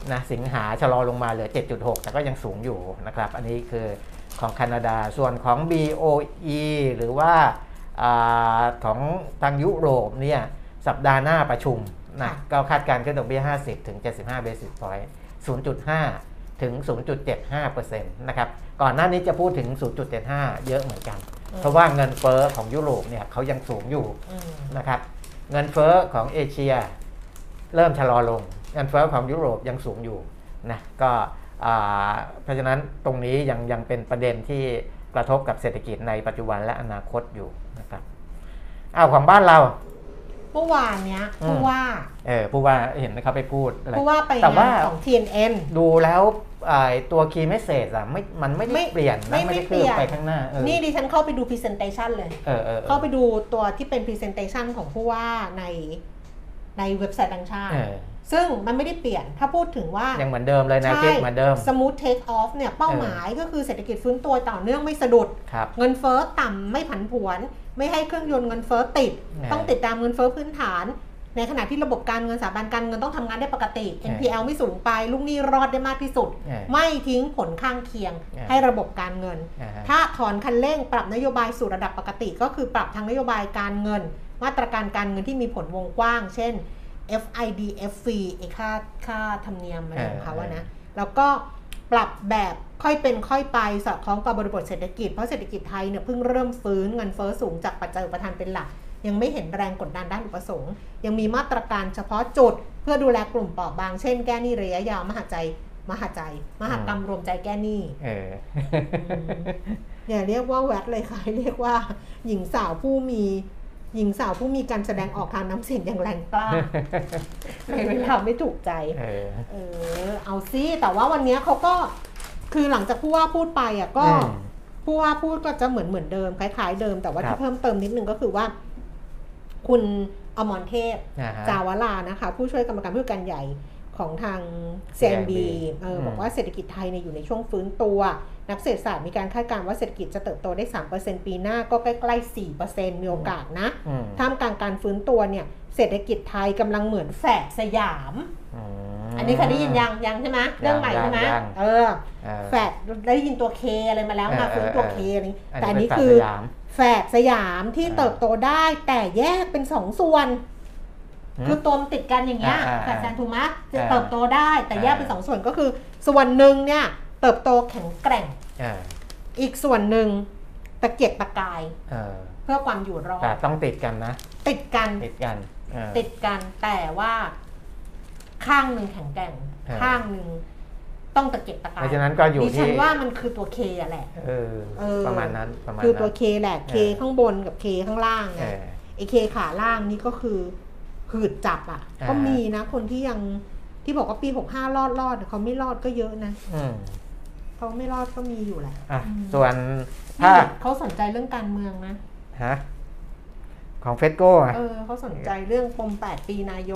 นะสิงหาชะลอลงมาเหลือ เจ็ดจุดหก แต่ก็ยังสูงอยู่นะครับอันนี้คือของแคนาดาส่วนของ บี โอ อี หรือว่าของทางยุโรปเนี่ยสัปดาห์หน้าประชุมนะก็คาดการณ์ขึ้นดอกเบี้ยห้าสิบถึงเจ็ดสิบห้า basis point ศูนย์จุดห้า ถึง ศูนย์จุดเจ็ดห้าเปอร์เซ็นต์ นะครับก่อนหน้านี้จะพูดถึง ศูนย์จุดเจ็ดห้า เยอะเหมือนกันเพราะว่าเงินเฟ้อของยุโรปเนี่ยเขายังสูงอยู่นะครับเงินเฟ้อของเอเชียเริ่มชะลอลงเงินเฟ้อของยุโรปยังสูงอยู่นะก็เพราะฉะนั้นตรงนี้ยังยังเป็นประเด็นที่กระทบกับเศรษฐกิจในปัจจุบันและอนาคตอยู่นะครับอ้าวของบ้านเราเมื่อวานเนี้ยผู้ว่าเออผู้ว่าเห็นนะครับไปพูดอะไรผู้ว่าไปงานของ ที เอ็น เอ็นดูแล้วตัว Key Message อ่ะไม่มันไม่ได้เปลี่ยนนะไม่ได้เคลื่อนไปข้างหน้านี่ดิฉันเข้าไปดู Presentation เลยเออเออเข้าไปดูตัวที่เป็น Presentation ของผู้ว่าในในเว็บไซต์ต่างชาติซึ่งมันไม่ได้เปลี่ยนถ้าพูดถึงว่ายังเหมือนเดิมเลยนะคิดเหมือนเดิม Smooth Take Off เนี่ยเป้าหมายก็คือเศรษฐกิจฟื้นตัวต่อเนื่องไม่สะดุดเงินเฟ้อต่ำไม่ผันผวนไม่ให้เครื่องยนต์เงินเฟ้อติดต้องติดตามเงินเฟ้อพื้นฐานในขณะที่ระบบการเงินสถาบันการเงินต้องทำงานได้ปกติ เอ็น พี แอล ไม่สูงไปลูกหนี้รอดได้มากที่สุดไม่ทิ้งผลข้างเคียงให้ระบบการเงินถ้าถอนคันเร่งปรับนโยบายสู่ระดับปกติก็คือปรับทางนโยบายการเงินมาตรการการเงินที่มีผลวงกว้างเช่น เอฟ ไอ ดี เอฟ ฟรี ไอ้ค่าค่าธรรมเนียมอะไรของเขาอะนะแล้วก็ปรับแบบค่อยเป็นค่อยไปสอดคล้องกับบริบทเศรษฐกิจเพราะเศรษฐกิจไทยเนี่ยเพิ่งเริ่มฟื้นเงินเฟ้อสูงจากปัจจัยอุปทานเป็นหลักยังไม่เห็นแรงกดดันด้านอุปสงค์ยังมีมาตรการเฉพาะจุดเพื่อดูแลกลุ่มเปราะบางเช่นแก้หนี้ระยะยาวมหาใจมหาใจมหากรรมรวมใจแก้หนี้เอออย่าเรียกว่าแวดเลยค่ะเรียกว่าหญิงสาวผู้มีหญิงสาวผู้มีการแสดงออกทางน้ำเสียงอย่างแรงกล้าในเวลาไม่ถูกใจเออเออเอาซิแต่ว่าวันนี้เขาก็คือหลังจากผู้ว่าพูดไปอ่ะก็ผู้ว่าพูดก็จะเหมือนเหมือนเดิมคล้ายๆเดิมแต่ว่าที่เพิ่มเติมนิดนึงก็คือว่าคุณอมรเทพจาวลานะคะผู้ช่วยกรรมการผู้จัดการใหญ่ของทาง ซี เอ็ม บี เออบอกว่าเศรษฐกิจไทยเนี่ยอยู่ในช่วงฟื้นตัวนักเศรษฐศาสตร์มีการคาดการณ์ว่าเศรษฐกิจจะเติบโตได้ สามเปอร์เซ็นต์ ปีหน้าก็ใกล้ๆ สี่เปอร์เซ็นต์ มีโอกาสนะท่ามกลางการฟื้นตัวเนี่ยเศรษฐกิจไทยกำลังเหมือนแฝดสยามอันนี้เคยได้ยินยังยังใช่ไหมเรื่องใหม่ใช่ไหมเออแฝดได้ยินตัวเคอะไรมาแล้วมาฟื้นตัวเคนี่แต่อันนี้คือแฝดสยามที่เติบโตได้แต่แยกเป็นสองส่วนคือตัวติดกันอย่างเงี้ยแฝดแซนถูกไหมจะเติบโตได้แต่แยกเป็นสองส่วนก็คือส่วนหนึ่งเนี่ยเติบโตแข็งแกร่งอีกส่วนหนึ่งตะเกียกตะกายเพื่อความอยู่รอดแต่ต้องติดกันนะติดกันติดกันติดกันแต่ว่าข้างหนึ่งแข็งแกร่งข้างหนึ่งต้องตะเกียกตะกายเพราะฉะนั้นก็อยู่ที่ดิฉันว่ามันคือตัวเคแหละประมาณนั้นประมาณคือตัวเคแหละเคข้างบนกับเคข้างล่างนะไอเคขาล่างนี่ก็คือหืดจับอ่ะก็มีนะคนที่ยังที่บอกว่าปีหกสิบห้ารอดรอดเขาไม่รอดก็เยอะนะเขาไม่รอดก็มีอยู่แหละส่วนถ้าเขาสนใจเรื่องการเมืองนะฮะของเฟดโก้เออเขาสนใจเรื่องปมแปดปีนายก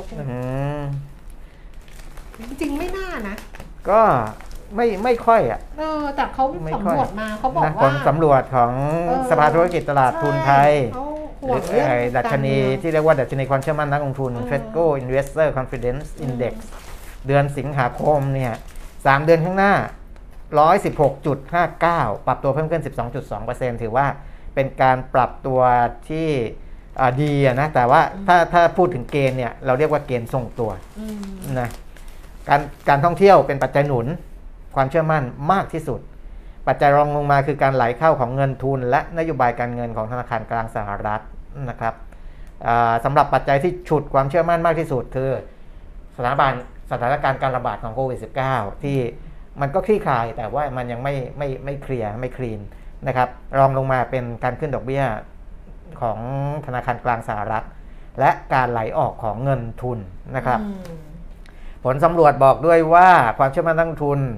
จริงๆไม่น่านะก็ไม่ไม่ค่อยอ่ะเออแต่เขาสำรวจมาเขาบอกว่าผลสำรวจของสภาธุรกิจตลาดทุนไทยหรือดัชนีที่เรียกว่าดัชนีความเชื่อมั่นนักลงทุน Fedco Investor Confidence Index เดือนสิงหาคมเนี่ยสามเดือนข้างหน้า หนึ่งร้อยสิบหกจุดห้าเก้า ปรับตัวเพิ่มขึ้น สิบสองจุดสองเปอร์เซ็นต์ ถือว่าเป็นการปรับตัวที่ดีนะแต่ว่าถ้าถ้าพูดถึงเกณฑ์เนี่ยเราเรียกว่าเกณฑ์ทรงตัวนะการการท่องเที่ยวเป็นปัจจัยหนุนความเชื่อมั่นมากที่สุดปัจจัยรองลงมาคือการไหลเข้าของเงินทุนและนโยบายการเงินของธนาคารกลางสหรัฐนะครับสำหรับปัจจัยที่ฉุดความเชื่อมั่นมากที่สุดคือสถานการณ์สถานการณ์การระบาดของโควิด สิบเก้า ที่มันก็คลี่คลายแต่ว่ามันยังไม่ไม่ไม่เคลียร์ไม่คลีนนะครับรองลงมาเป็นการขึ้นดอกเบี้ยของธนาคารกลางสหรัฐและการไหลออกของเงินทุนนะครับผลสำรวจบอกด้วยว่าความเชื่อมั่นนักลงทุน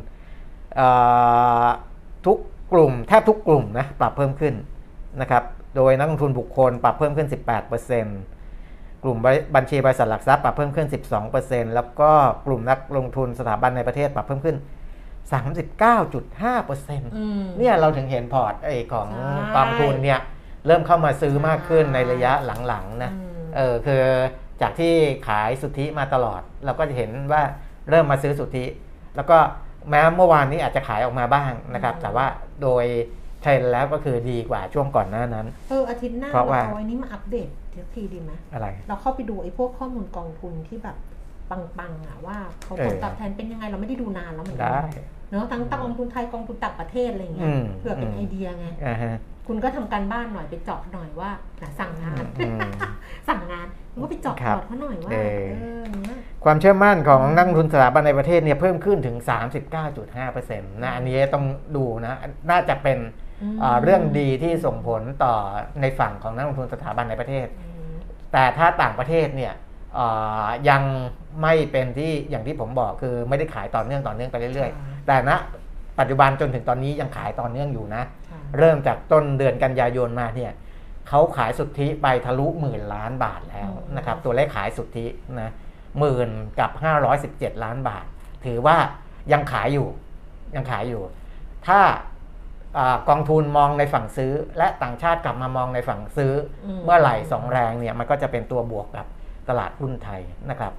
ทุกกลุ่มแทบทุกกลุ่มนะปรับเพิ่มขึ้นนะครับโดยนักลงทุนบุคคลปรับเพิ่มขึ้น สิบแปดเปอร์เซ็นต์ กลุ่มบัญชีบริษัทหลักทรัพย์ปรับเพิ่มขึ้น สิบสองเปอร์เซ็นต์ แล้วก็กลุ่มนักลงทุนสถาบันในประเทศปรับเพิ่มขึ้น สามสิบเก้าจุดห้าเปอร์เซ็นต์ เนี่ยเราถึงเห็นพอร์ตไอ้ของกองทุนเนี่ยเริ่มเข้ามาซื้อมากขึ้นในระยะหลังๆนะเออคือจากที่ขายสุทธิมาตลอดเราก็จะเห็นว่าเริ่มมาซื้อสุทธิแล้วก็แม้เมื่อวานนี้อาจจะขายออกมาบ้างนะครับแต่ว่าโดยเทรนด์แล้วก็คือดีกว่าช่วงก่อนหน้านั้นเอออาทิตย์หน้าเราเอาไอ้นี้มาอัปเดตทีดีไหมอะไรเราเข้าไปดูไอ้พวกข้อมูลกองทุนที่แบบปังๆอ่ะว่าเขาผลตอบแทนเป็นยังไงเราไม่ได้ดูนานแล้วเหมือนกันเนาะทั้งกองทุนไทยกองทุนต่างประเทศอะไรเงี้ยเพื่อเป็นไอเดียไงคุณก็ทำการบ้านหน่อยไปเจาะหน่อยว่าสั่งงานสั่งงานคุณก็ไปเจาะพอร์ตเขาหน่อยว่าความเชื่อมั่นของนักลงทุนสถาบันในประเทศเนี่ยเพิ่มขึ้นถึง สามสิบเก้าจุดห้าเปอร์เซ็นต์ นะอันนี้ต้องดูนะน่าจะเป็นเรื่องดีที่ส่งผลต่อในฝั่งของนักลงทุนสถาบันในประเทศแต่ถ้าต่างประเทศเนี่ยยังไม่เป็นที่อย่างที่ผมบอกคือไม่ได้ขายต่อเนื่องต่อเนื่องไปเรื่อยๆแต่ณปัจจุบันจนถึงตอนนี้ยังขายต่อเนื่องอยู่นะเริ่มจากต้นเดือนกันยายนมาเนี่ยเขาขายสุทธิไปทะลุหมื่นล้านบาทแล้วนะครับตัวเลขขายสุทธินะหมื่นกับห้าร้อยสิบเจ็ดล้านบาทถือว่ายังขายอยู่ยังขายอยู่ถ้ากองทุนมองในฝั่งซื้อและต่างชาติกลับมามองในฝั่งซื้อเมื่อไหร่สองแรงเนี่ยมันก็จะเป็นตัวบวกกับตลาดหุ้นไทยนะครับ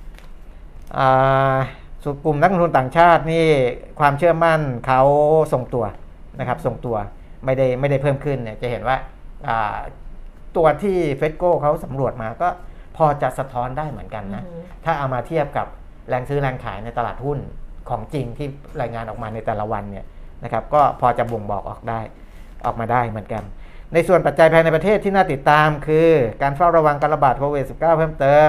ส่วนกลุ่มนักลงทุนต่างชาตินี่ความเชื่อมั่นเขาทรงตัวนะครับทรงตัวไม่ได้ไม่ได้เพิ่มขึ้นเนี่ยจะเห็นว่าตัวที่เฟดโก้เขาสำรวจมาก็พอจะสะท้อนได้เหมือนกันนะถ้าเอามาเทียบกับแรงซื้อแรงขายในตลาดหุ้นของจริงที่รายงานออกมาในแต่ละวันเนี่ยนะครับก็พอจะบ่งบอกออกได้ออกมาได้เหมือนกันในส่วนปัจจัยภายในประเทศที่น่าติดตามคือการเฝ้าระวังการระบาดโควิด สิบเก้า เพิ่มเติม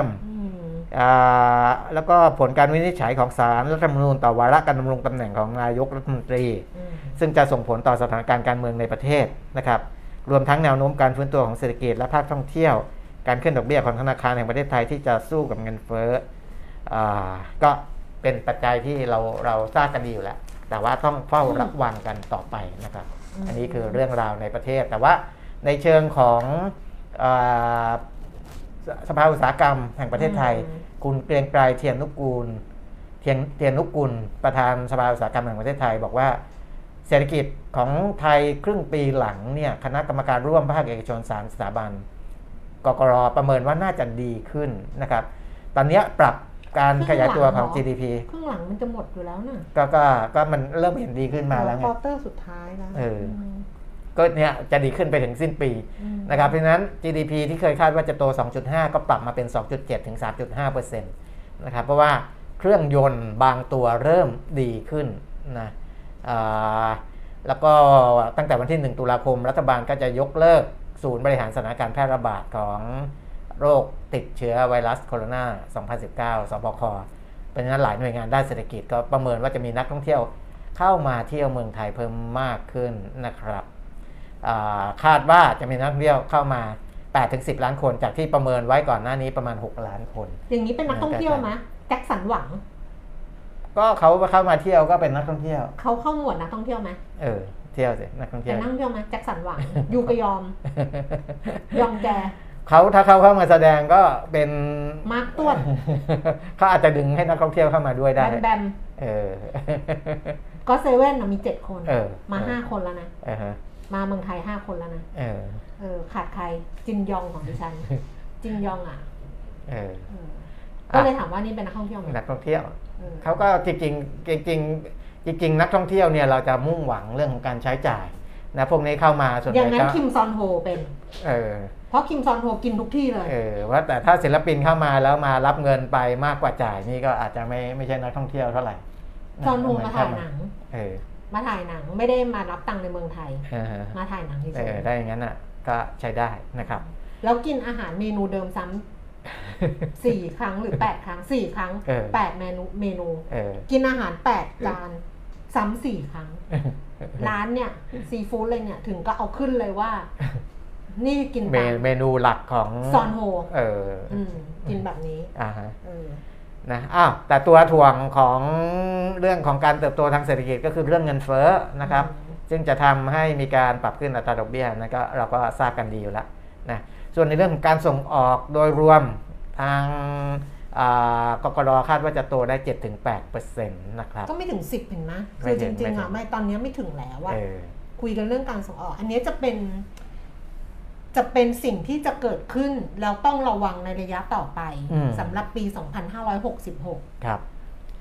แล้วก็ผลการวินิจฉัยของศาลรัฐธรรมนูญต่อวาระการดำรงตำแหน่งของนายกรัฐมนตรีซึ่งจะส่งผลต่อสถานการณ์การเมืองในประเทศนะครับรวมทั้งแนวโน้มการฟื้นตัวของเศรษฐกิจและภาคท่องเที่ยวการขึ้นดอกเบี้ยของธนาคารแห่งประเทศไทยที่จะสู้กับเงินเฟ้อก็เป็นปัจจัยที่เราเราทราบกันดีอยู่แล้วแต่ว่าต้องเฝ้าระวังกันต่อไปนะครับอันนี้คือเรื่องราวในประเทศแต่ว่าในเชิงของสภาอุตสาหกรรมแห่งประเทศไทยคุณเกรียงไกรเทียนนุกูลเทียนเทียนนุกูลประธานสภาอุตสาหกรรมแห่งประเทศไทยบอกว่าเศรษฐกิจของไทยครึ่งปีหลังเนี่ยคณะกรรมการร่วมภาคเอกชนสามสถาบันกกร.ประเมินว่าน่าจะดีขึ้นนะครับตอนนี้ปรับการขยายตัวของ จี ดี พีครึ่งหลังมันจะหมดอยู่แล้วนะก็ก็ก็มันเริ่มเห็นดีขึ้นมาแล้วไงควอเตอร์สุดท้ายแล้วเออก็เนี่ยจะดีขึ้นไปถึงสิ้นปีนะครับเพราะฉะนั้น จี ดี พี ที่เคยคาดว่าจะโต สองจุดห้า ก็ปรับมาเป็น สองจุดเจ็ด ถึง สามจุดห้าเปอร์เซ็นต์ นะครับเพราะว่าเครื่องยนต์บางตัวเริ่มดีขึ้นนะแล้วก็ตั้งแต่วันที่หนึ่งตุลาคมรัฐบาลก็จะยกเลิกศูนย์บริหารสถานการณ์แพร่ระบาดของโรคติดเชื้อไวรัสโคโรนาสองพันสิบเก้า สบคเพราะฉะนั้นหลายหน่วยงานด้านเศรษฐกิจก็ประเมินว่าจะมีนักท่องเที่ยวเข้ามาเที่ยวเมืองไทยเพิ่มมากขึ้นนะครับคาดว่าจะมีนักท่องเที่ยวเข้ามา แปดถึงสิบ ล้านคนจากที่ประเมินไว้ก่อนหน้านี้ประมาณหกล้านคนอย่างนี้เป็นนักท่องเที่ยวไหมแจ็คสันหวังก็เขาเข้ามาเที่ยวก็เป็นนักท่องเที่ยวเขาเข้าหมวดนักท่องเที่ยวไหมเออเที่ยวสินักท่องเที่ยวเป็นนักท่องเที่ยวไหมแจ็คสันหวังยูก็ยอมยอมแกเขาถ้าเขาเข้ามาแสดงก็เป็นมาร์คต้วนเขาอาจจะดึงให้นักท่องเที่ยวเข้ามาด้วยได้แบมเออก็เซเว่นมีเจ็ดคนมาห้าคนแล้วนะมาเมืองไทยห้าคนแล้วนะเออเออขาดใครจินยองของดิฉันจินยองอ่ะเออก็เลยถามว่านี่เป็นนักท่องเที่ยวไหมนักท่องเที่ยวเขาก็จริงจริงจริงจริงจริงนักท่องเที่ยวเนี่ยเราจะมุ่งหวังเรื่องของการใช้จ่ายนะพวกนี้เข้ามาส่วนใหญ่อย่างนั้นคิมซอนโฮเป็นเออเพราะคิมซอนโฮกินทุกที่เลยเออว่าแต่ถ้าศิลปินเข้ามาแล้วมารับเงินไปมากกว่าจ่ายนี่ก็อาจจะไม่ไม่ใช่นักท่องเที่ยวเท่าไหร่ซอนโฮมาถ่ายหนังเออมาถ่ายหนังไม่ได้มารับตังค์ในเมืองไทยมาถ่ายหนังเฉยๆเออได้อย่างนั้นอ่ะก็ใช้ได้นะครับแล้วกินอาหารเมนูเดิมซ้ำสี่ครั้งหรือแปดครั้งสี่ครั้งแปดเมนูเมนูกินอาหารแปดจานซ้ำสี่ครั้งร้านเนี่ยซีฟู้ดเลยเนี่ยถึงก็เอาขึ้นเลยว่านี่กินเมนูหลักของซอนโฮเออกินแบบนี้อ่าฮะนะอ้าวแต่ตัวถ่วงของเรื่องของการเติบโตทางเศรษฐกิจก็คือเรื่องเงินเฟ้อนะครับซึ่งจะทำให้มีการปรับขึ้นอัตราดอกเบี้ยนะก็เราก็ทราบกันดีอยู่แล้วนะส่วนในเรื่องของการส่งออกโดยรวมทางกกร.คาดว่าจะโตได้ เจ็ดถึงแปดเปอร์เซ็นต์ นะครับก็ไม่ถึงสิบเห็นไหมคือจริงๆอ่ะไม่ตอนนี้ไม่ถึงแล้วว่าคุยกันเรื่องการส่งออกอันนี้จะเป็นจะเป็นสิ่งที่จะเกิดขึ้นแล้วต้องระวังในระยะต่อไปสำหรับปีสองพันห้าร้อยหกสิบหกครับ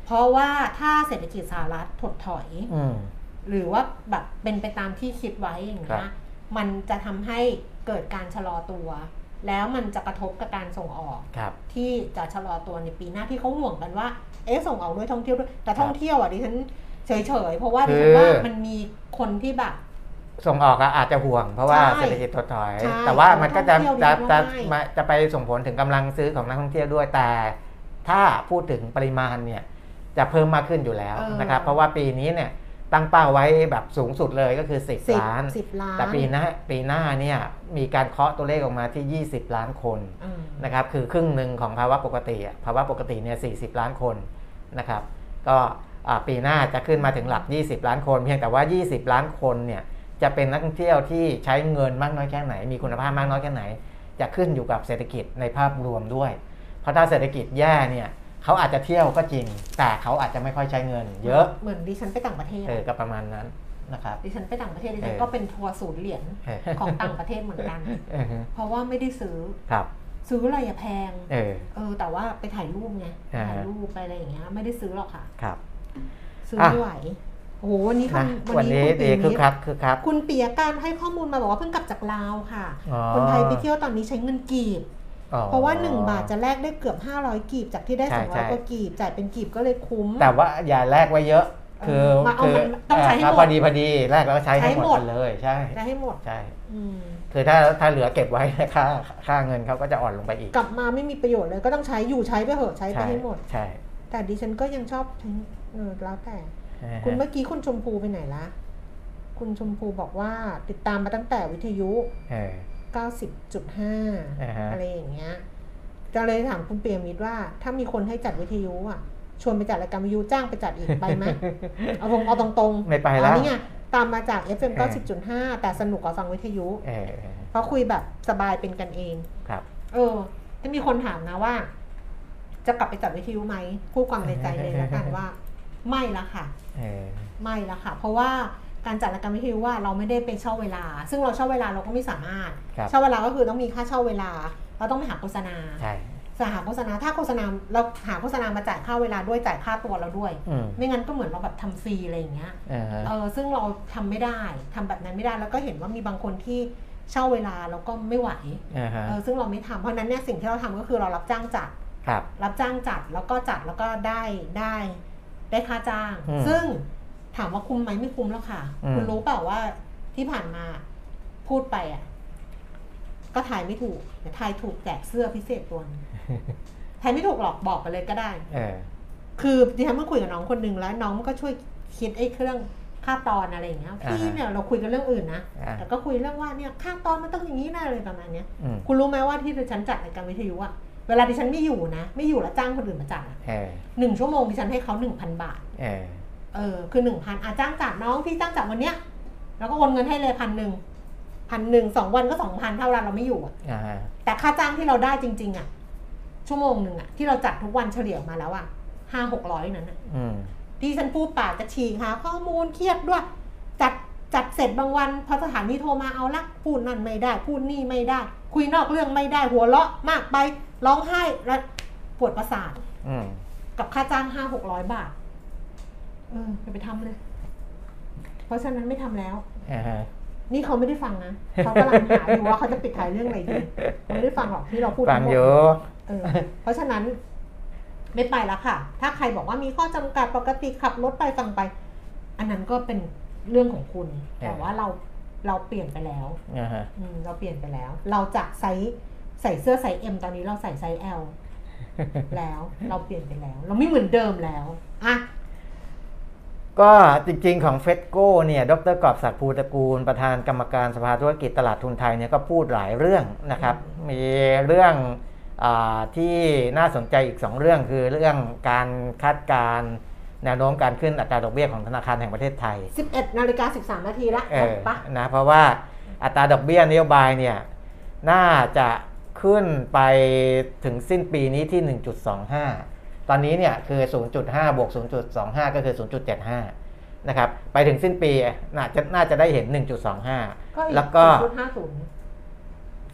เพราะว่าถ้าเศรษฐกิจสหรัฐถดถอยหรือว่าแบบเป็นไปตามที่คิดไว้อย่างเงี้ยมันจะทำให้เกิดการชะลอตัวแล้วมันจะกระทบกับการส่งออกที่จะชะลอตัวในปีหน้าที่เขาห่วงกันว่าเอ๊ะส่งออกด้วยท่องเที่ยวด้วยแต่ท่องเที่ยวอ่ะดิฉันเฉยๆเพราะว่าดิฉันว่ามันมีคนที่แบบส่งออกอาจจะห่วงเพราะว่าเศรษฐกิจถดถอยแต่ว่ามันก็จะจะจะจะไปส่งผลถึงกำลังซื้อของนักท่องเที่ยวด้วยแต่ถ้าพูดถึงปริมาณเนี่ยจะเพิ่มมากขึ้นอยู่แล้วนะครับเพราะว่าปีนี้เนี่ยตั้งเป้าไว้แบบสูงสุดเลยก็คือสิบล้านแต่ปีหน้าปีหน้าเนี่ยมีการเคาะตัวเลขออกมาที่ยี่สิบล้านคนนะครับคือครึ่งหนึ่งของภาวะปกติภาวะปกติเนี่ยสี่สิบล้านคนนะครับก็ปีหน้าจะขึ้นมาถึงหลักยี่สิบล้านคนเพียงแต่ว่ายี่สิบล้านคนเนี่ยจะเป็นนักท่องเที่ยวที่ใช้เงินมากน้อยแค่ไหนมีคุณภาพมากน้อยแค่ไหนจะขึ้นอยู่กับเศรษฐกิจในภาพรวมด้วยเพราะถ้าเศรษฐกิจแย่เนี่ยเขาอาจจะเที่ยวก็จริงแต่เขาอาจจะไม่ค่อยใช้เงินเยอะเหมือนดิฉันไปต่างประเทศเออก็ประมาณนั้นนะครับดิฉันไปต่างประเทศดิฉันก็เป็นทัวร์ศูนย์เหรียญของต่างประเทศเหมือนกันเพราะว่าไม่ได้ซื้อซื้ออะไรอะแพงเออเออแต่ว่าไปถ่ายรูปไงถ่ายรูปไปอะไรอย่างเงี้ยไม่ได้ซื้อหรอกค่ะครับซื้อไม่ไหวโอ้โหวันนี้วันนี้เด็กคือครับคือครับคุณเปียการให้ข้อมูลมาบอกว่าเพิ่งกลับจากลาวค่ะคนไทยไปเที่ยวตอนนี้ใช้เงินกีบเพราะว่าหนึ่งบาทจะแลกได้เกือบห้าร้อยกีบจากที่ได้สองร้อยกว่ากีบจ่ายเป็นกีบก็เลยคุ้มแต่ว่าอย่าแลกไว้เยอะคือคือต้องใช้ให้หมดพอดีพอดีแลกแล้วใช้ให้หมดเลยใช่ใช้ให้หมดใช่คือถ้าถ้าเหลือเก็บไว้ค่าค่าเงินเขาก็จะอ่อนลงไปอีกกลับมาไม่มีประโยชน์เลยก็ต้องใช้อยู่ใช้ไปเหอะใช้ไปให้หมดใช่แต่ดิฉันก็ยังชอบใช้เออแล้วแต่คุณเมื่อกี้คุณชมพูไปไหนละคุณชมพูบอกว่าติดตามมาตั้งแต่วิทยุ เก้าสิบจุดห้า อะไรอย่างเงี้ยจะเลยถามคุณเปียมิตรว่าถ้ามีคนให้จัดวิทยุอ่ะชวนไปจัดรายการวิทยุจ้างไปจัดอีกไปไหม เอาตรงเอาตรงๆไม่ไปแล้วนี่ไงตามมาจาก เอฟ เอ็ม เก้าสิบจุดห้า แต่สนุกกว่าฟังวิทยุเพราะคุยแบบสบายเป็นกันเองครับเออถ้ามีคนถามนะว่าจะกลับไปจัดวิทยุไหมพูดความในใจเลยแล้วกันว่าไม่ละค่ะไม่ละค่ะเพราะว่าการจัดรายการวิทยุว่าเราไม่ได้ไปเช่าเวลาซึ่งเราเช่าเวลาเราก็ไม่สามารถเช่าเวลาก็คือต้องมีค่าเช่าเวลาเราต้องไปหาโฆษณาใช่หาโฆษณาถ้าโฆษณาเราหาโฆษณามาจ่ายค่าเวลาด้วยจ่ายค่าตัวเราด้วยไม่งั้นก็เหมือนเราแบบทำฟรีอะไรอย่างเงี้ยเออซึ่งเราทำไม่ได้ทำแบบนั้นไม่ได้แล้วก็เห็นว่ามีบางคนที่เช่าเวลาแล้วก็ไม่ไหวเออซึ่งเราไม่ทำเพราะนั้นเนี่ยสิ่งที่เราทำก็คือเรารับจ้างจัดรับจ้างจัดแล้วก็จัดแล้วก็ได้ได้ได้ค่าจ้างซึ่งถามว่าคุ้มไหมไม่คุ้มแล้วค่ะคุณรู้เปล่าว่าที่ผ่านมาพูดไปอ่ะก็ทายไม่ถูกแต่ทายถูกแจกเสื้อพิเศษตัวนึงทายไม่ถูกหรอกบอกไปเลยก็ได้คือดิฉันเมื่อคุยกับน้องคนนึงแล้วน้องมันก็ช่วยคิดไอ้เครื่องค่าตอนอะไรอย่างเงี้ยพี่เนี่ยเราคุยกันเรื่องอื่นนะแต่ก็คุยเรื่องว่าเนี่ยค่าตอนมันต้องอย่างนี้นะเลยประมาณเนี้ยคุณรู้ไหมว่าที่ดิฉันจัดรายการวิทยุอะเวลาดิฉันไม่อยู่นะไม่อยู่แล้วจ้างคนอื่นมาจัดหนึ่งชั่วโมงดิฉันให้เขาหนึ่งพันบาทเออคือหนึ่งพันอ่ะจ้างจัดน้องพี่จ้างจัดวันเนี้ยแล้วก็โอนเงินให้เลยพันหนึ่งพันหนึ่งสองวันก็สองพันเท่าเวลาเราไม่อยู่อ่ะแต่ค่าจ้างที่เราได้จริงๆอ่ะชั่วโมงหนึ่งอ่ะที่เราจัดทุกวันเฉลี่ยมาแล้วอ่ะห้าหกร้อยนั้นอ่ะที่ฉันพูดปากจะฉีกหาข้อมูลเครียดด้วยจัดจัดเสร็จบางวันพอสถานีโทรมาเอาละพูดนั่นไม่ได้พูดนี่ไม่ได้คุยนอกเรื่องไม่ได้หัวเราะมากไปร้องไห้และปวดประสาทกับค่าจ้างห้าหกร้อยบาทเอออย่าไปทำเลยเพราะฉะนั้นไม่ทำแล้ว uh-huh. นี่เขาไม่ได้ฟังนะเขากำลังหาอยู่ว่าเขาจะปิดท้ายเรื่องอะไรดีไม่ได้ฟังหรอกที่เราพูดฟังอยู่เออเพราะฉะนั้นไม่ไปแล้วค่ะถ้าใครบอกว่ามีข้อจำกัดปกติขับรถไปฟังไปอันนั้นก็เป็นเรื่องของคุณ uh-huh. แต่ว่าเราเราเปลี่ยนไปแล้ว uh-huh. อืมเราเปลี่ยนไปแล้วเราจากไซส์ใส่เสื้อไซส์ M ตอนนี้เราใส่ไซส์ L แล้วเราเปลี่ยนไปแล้วเราไม่เหมือนเดิมแล้วอ่ะก็จริงๆของเฟสโก้เนี่ยดร.กอบศักดิ์ภูตระกูลประธานกรรมการสภาธุรกิจตลาดทุนไทยเนี่ยก็พูดหลายเรื่องนะครับมีเรื่องอาที่น่าสนใจอีกสองเรื่องคือเรื่องการคาดการณ์แนวโน้มการขึ้นอัตราดอกเบี้ยของธนาคารแห่งประเทศไทยสิบเอ็ดนาฬิกาสิบสามนาทีละเออนะเพราะว่าอัตราดอกเบี้ยนโยบายเนี่ยน่าจะขึ้นไปถึงสิ้นปีนี้ที่ หนึ่งจุดสองห้า ตอนนี้เนี่ยคือ ศูนย์จุดห้า บวก ศูนย์จุดสองห้า ก็คือ ศูนย์จุดเจ็ดห้า นะครับไปถึงสิ้นปีน่าจะน่าจะได้เห็น หนึ่งจุดสองห้า แล้วก็ศูนย์จุดห้าศูนย์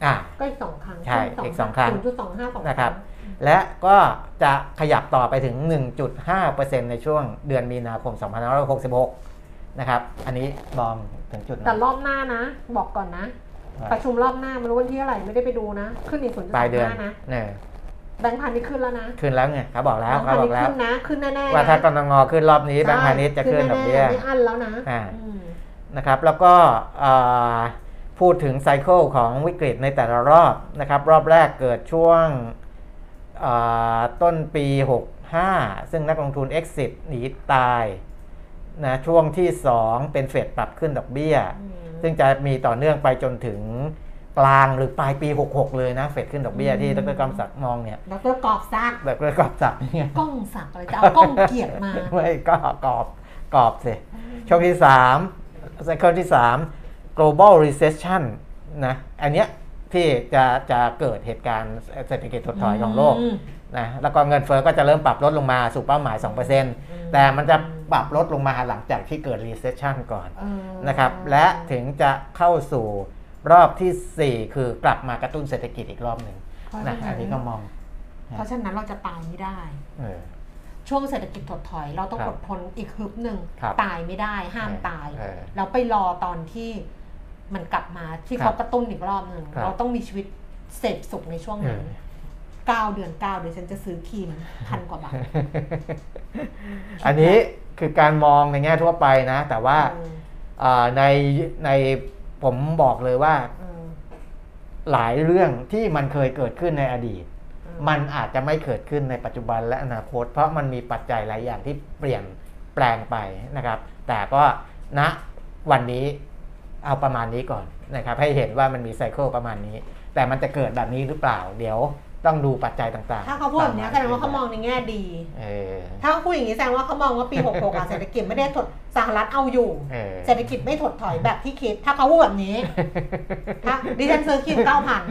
อ่าก็อีกสองครั้งใช่อีกสองครั้งศูนย์จุดสองห้า สองนะครับและก็จะขยับต่อไปถึง หนึ่งจุดห้าเปอร์เซ็นต์ ในช่วงเดือนมีนาคมสองพันห้าร้อยหกสิบหกนะครับอันนี้มองถึงจุดนั้นแต่รอบหน้านะบอกก่อนนะประชุมรอบหน้าไม่รู้วันที่เท่าไหร่ไม่ได้ไปดูนะขึ้นอีก ศูนย์จุดสองห้า นะเนี่ยแบงค์พาณิชย์ขึ้นแล้วนะขึ้นแล้วไงเขาบอกแล้วเขาบอกแล้วขึ้นนะขึ้นแน่ๆว่าถ้ากนงขึ้นรอบนี้แบงค์พาณิชย์จะขึ้นดอกเบี้ยไม่อั้นแล้วนะนะครับแล้วก็พูดถึงไซเคิลของวิกฤตในแต่ละรอบนะครับรอบแรกเกิดช่วงต้นปีหกสิบห้าซึ่งนักลงทุน exit หนีตายนะช่วงที่สองเป็นเฟดปรับขึ้นดอกเบี้ยซึ่งจะมีต่อเนื่องไปจนถึงกลางหรือปลายปีหกสิบหกเลยนะเฟดขึ้นดอกเบี้ยที่ดร.กอบศักดิ์มองเนี่ยดร.กอบศักดิ์ดร.กอบศักดิ์เนี่ยก้องศักดิ์อะไรจะเอาก้องเกียรติมาไม่ก็กอบกอบสิช่วงที่สามไซเคิลที่สาม global recession นะอันเนี้ยที่จะจะเกิดเหตุการณ์เศรษฐกิจถดถอยของโลกนะแล้วก็เงินเฟ้อก็จะเริ่มปรับลดลงมาสู่เป้าหมาย สองเปอร์เซ็นต์ แต่มันจะปรับลดลงมาหลังจากที่เกิด recession ก่อนนะครับและถึงจะเข้าสู่รอบที่สี่คือกลับมากระตุ้นเศรษฐกิจอีกรอบหนึ่งนะอันนี้ก็มองเพราะฉะนั้นเราจะตายไม่ได้ช่วงเศรษฐกิจถดถอยเราต้องอดทนอีกฮึบหนึ่งตายไม่ได้ห้ามตายเราไปรอตอนที่มันกลับมาที่เขากระตุ้นอีกรอบหนึ่งเราต้องมีชีวิตเสพสุขในช่วงนั้นเก้าเดือนเก้าเดี๋ยวฉันจะซื้อครีมพันกว่าบาทอันนี้คือการมองในแง่ทั่วไปนะแต่ว่าในในผมบอกเลยว่าหลายเรื่องที่มันเคยเกิดขึ้นในอดีตมันอาจจะไม่เกิดขึ้นในปัจจุบันและอนาคตเพราะมันมีปัจจัยหลายอย่างที่เปลี่ยนแปลงไปนะครับแต่ก็ณวันนี้เอาประมาณนี้ก่อนนะครับให้เห็นว่ามันมีไซเคิลประมาณนี้แต่มันจะเกิดแบบนี้หรือเปล่าเดี๋ยวต้องดูปัจจัยต่างๆถ้าเขาพูดแบบนี้แสดงว่าเขามองในแง่ดีถ้าเขาพูดอย่างนี้แสดงว่าเขามองว่าปีหกสิบหกเศรษฐกิจไม่ได้ถดสหรัฐเอาอยู่เศรษฐกิจไม่ถดถอยแบบที่คิดถ้าเขาพูดแบบนี้ถ้าดิฉันซื้อครีม เก้าพัน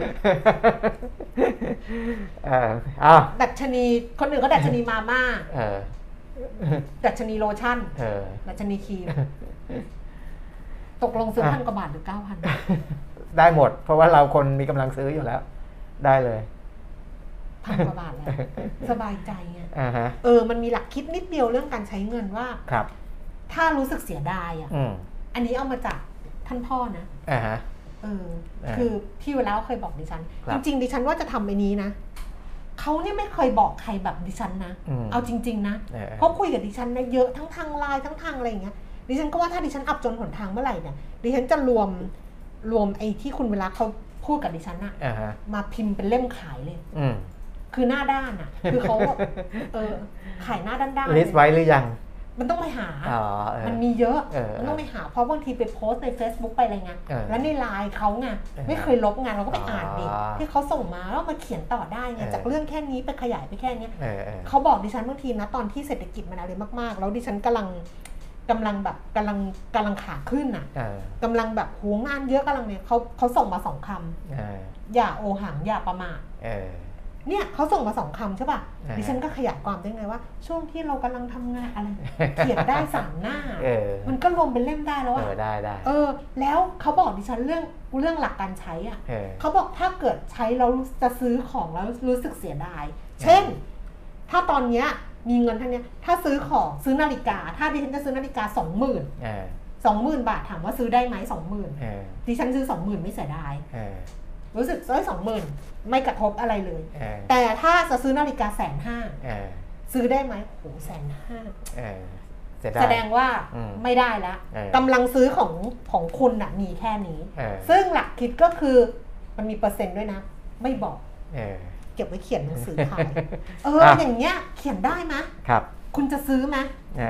เอออ้าวดัชนีคนอื่นก็ดัชนีมาม่าดัชนีโลชั่นดัชนีครีมตกลงซื้อพันกว่าบาทหรือ เก้าพันได้หมดเพราะว่าเราคนมีกำลังซื้ออยู่แล้วได้เลยพันกว่าบาทแล้วสบายใจไงเออมันมีหลักคิดนิดเดียวเรื่องการใช้เงินว่าครับถ้ารู้สึกเสียดายอ่ะอันนี้เอามาจากท่านพ่อนะอ่าฮะเออคือพี่เวลาเคยบอกดิฉันจริงๆดิฉันว่าจะทำไอ้นี้นะเขาเนี่ยไม่เคยบอกใครแบบดิฉันนะเอาจริงๆนะเพราะคุยกับดิฉันนะเยอะทั้งทางไลน์ทั้งทางอะไรอย่างเงี้ยดิฉันก็ว่าถ้าดิฉันอับจนหนทางเมื่อไหร่เนี่ยดิฉันจะรวมรวมไอ้ที่คุณเวลาเขาพูดกับดิฉันอะมาพิมพ์เป็นเล่มขายเลยคือหน้าด้านอะคือเขาเออขายหน้าด้านๆลิสต์ไว้หรือยังมันต้องไปหามันมีเยอะมันต้องไปหาเพราะบางทีไปโพสใน Facebook ไปอะไรเงี้ยแล้วในไลน์เขาไงไม่เคยลบงานเราก็ไปอ่านดิที่เขาส่งมาแล้วมาเขียนต่อได้ไงจากเรื่องแค่นี้ไปขยายไปแค่นี้เขาบอกดิฉันบางทีนะตอนที่เศรษฐกิจมันอะไรมากๆแล้วดิฉันกำลังกำลังแบบกำลังกำลังขาขึ้นอ่ะกำลังแบบโหงานเยอะกำลังเนี่ยเขาเขาส่งมาสองคำอย่าโอหังอย่าประมาทเนี่ยเขาส่งมาสองคำใช่ป่ะดิฉันก็ขยายความได้ไงว่าช่วงที่เรากำลังทำงานอะไรเขียนได้สามหน้ามันก็รวมเป็นเล่มได้แล้วอ่ะได้ได้เออแล้วเขาบอกดิฉันเรื่องเรื่องหลักการใช้อ่ะเขาบอกถ้าเกิดใช้แล้วจะซื้อของแล้วรู้สึกเสียดายเช่นถ้าตอนเนี้ยมีเงินเท่านี้ถ้าซื้อของซื้อนาฬิกาถ้าดิฉันจะซื้อนาฬิกาสองหมื่นสองหมื่นบาทถามว่าซื้อได้ไหมสองหมื่นดิฉันซื้อสองหมื่นไม่เสียดายรู้สึกซื้อสองหมื่นไม่กระทบอะไรเลยแต่ถ้าจะซื้อนาฬิกาแสนห้าซื้อได้ไหมโหแสนห้าแสดงว่าไม่ได้แล้วกำลังซื้อของของคุณน่ะมีแค่นี้ซึ่งหลักคิดก็คือมันมีเปอร์เซ็นต์ด้วยนะไม่บอกเก็บไว้เขียนหนังสือขายเอออย่างเงี้ยเขียนได้ไหมครับคุณจะซื้อไหม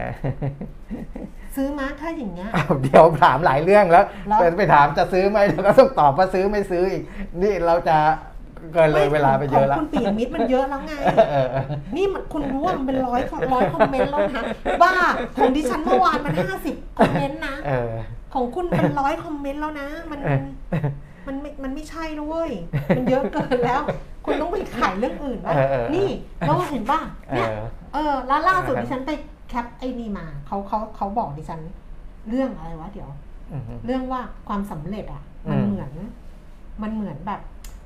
ซื้อมั้ยถ้าอย่างเงี้ยเดี๋ยวถามหลายเรื่องแล้วไปถามจะซื้อไหมแล้วก็ต้องตอบว่าซื้อไม่ซื้ออีกนี่เราจะเกินเลยเวลาไปเยอะแล้วคุณปีมิตรมันเยอะแล้วไงนี่มันคุณรู้ว่ามันเป็นร้อยร้อยคอมเมนต์แล้วนะบ้าของดิฉันเมื่อวานมันห้าสิบคอมเมนต์นะของคุณเป็นร้อยคอมเมนต์แล้วนะมันมันไม่มันไม่ใช่ด้วยมันเยอะเกินแล้วคุณต้องไปขายเรื่องอื่นนะนี่แล้วเห็นป่ะเนี่ยเออแล้วล่าสุดดิฉันไปแคปไอ้นี่มาเขาเขาเขาบอกดิฉันเรื่องอะไรวะเดี๋ยวเรื่องว่าความสำเร็จอ่ะมันเหมือนมันเหมือนแบบ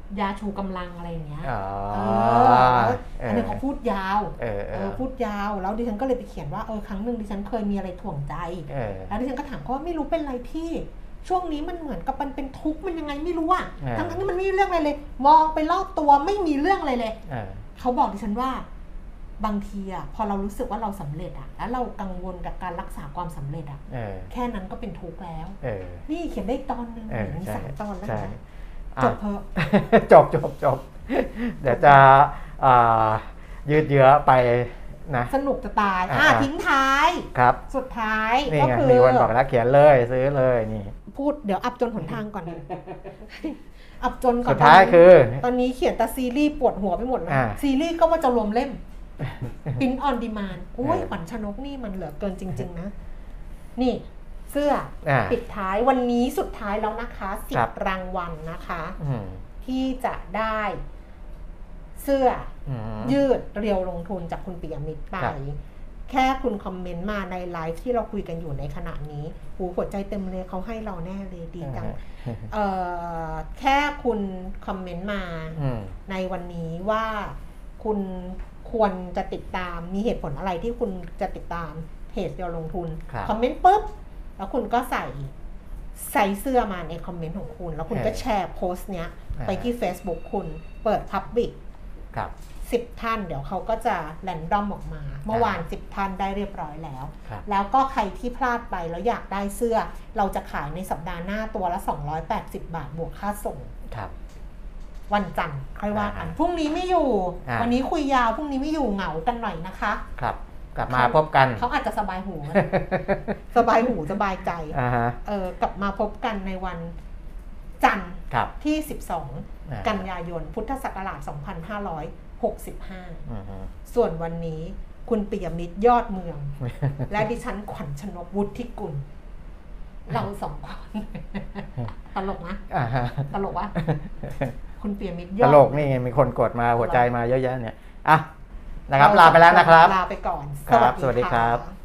ยาชูกำลังอะไรอย่างเงี้ยอ๋อเอออันนี้เขาพูดยาวเออเออพูดยาวแล้วดิฉันก็เลยไปเขียนว่าเออครั้งหนึ่งดิฉันเคยมีอะไรถ่วงใจเออแล้วดิฉันก็ถามเขาว่าไม่รู้เป็นไรพี่ช่วงนี้มันเหมือนกับมันเป็นทุกข์มันยังไงไม่รู้อ่ะเออทั้งที่มันไม่มีเรื่องอะไรเลย มองไปรอบตัวไม่มีเรื่องอะไรเลยเออเขาบอกดิฉันว่าบางทีอ่ะพอเรารู้สึกว่าเราสำเร็จอ่ะแล้วเรากังวลกับการรักษาความสำเร็จอ่ะเออแค่นั้นก็เป็นทุกข์แล้วเออนี่เขียนได้ตอนนึงเออมีใช่สามตอนแล้วใช่นะอ่ะจบเพอะจบจบจบเดี๋ยวจะอ่ายืดเยื้อไปนะสนุกจะตายอ่าอ่ะทิ้งท้ายครับสุดท้ายนี่ก็ไงคือมีวันบอกแล้วเขียนเลยซื้อเลยนี่พูดเดี๋ยวอับจนหนทางก่อน อับจนก่อนสุดท้ายคือตอนนี้เขียนแต่ซีรีส์ปวดหัวไปหมดแล้วอ่าซีรีส์ก็ว่าจะรวมเล่ม พินออนดีมานโอ้ยเออขวัญชนกนี่มันเหลือเกินจริง ๆ นะ นี่ เสื้ออ่าปิดท้ายวันนี้สุดท้ายแล้วนะคะสิครับ บรางวัลนะคะอืมที่จะได้เสื้ออืมยืดเรียวลงทุนจากคุณปิยมิตรไปครับแค่คุณคอมเมนต์มาในไลฟ์ที่เราคุยกันอยู่ในขณะนี้หูหัวใจเต็มเลยเขาให้เราแน่เลยดีจังเอ่อแค่คุณคอมเมนต์มาอืมในวันนี้ว่าคุณควรจะติดตามมีเหตุผลอะไรที่คุณจะติดตามเพจเรียวลงทุนครับคอมเมนต์ปุ๊บแล้วคุณก็ใส่ใส่เสื้อมาในคอมเมนต์ของคุณ แล้วคุณก็แชร์โพสต์เนี้ยไปที่ Facebook คุณเปิด Public ครับสิบท่านเดี๋ยวเขาก็จะแรนดอมออกมา เมื่อวานสิบท่านได้เรียบร้อยแล้วครับแล้วก็ใครที่พลาดไปแล้วอยากได้เสื้อ เราจะขายในสัปดาห์หน้าตัวละสองร้อยแปดสิบบาทบวกค่าส่งครับวันจันทร์ค่อยว่ากันอ่าพรุ่งนี้ไม่อยู่อ่าวันนี้คุยยาวพรุ่งนี้ไม่อยู่เหงากันหน่อยนะคะครับ กลับมาพบกันเขาอาจจะสบายหู นะ สบายหูสบายใจอ่าฮะเออกลับมาพบกันในวันจันทร์ครับที่สิบสองอ่ากันยายนพุทธศักราชสองพันห้าร้อยหกสิบห้าอืมฮึส่วนวันนี้คุณปิยมิตรยอดเมือง และดิฉันขวัญชนกวุฒิกุลเราสองคน ตลกนะอ่าฮะตลกวะคุณปิยมิตรยตอดลกนี่ไงมีคนกดมาหัวใจมาเยอะแยะเนี่ยอ่ะนะครับลาไปแล้วนะครับลาไปก่อนครับสวัสดีครับะ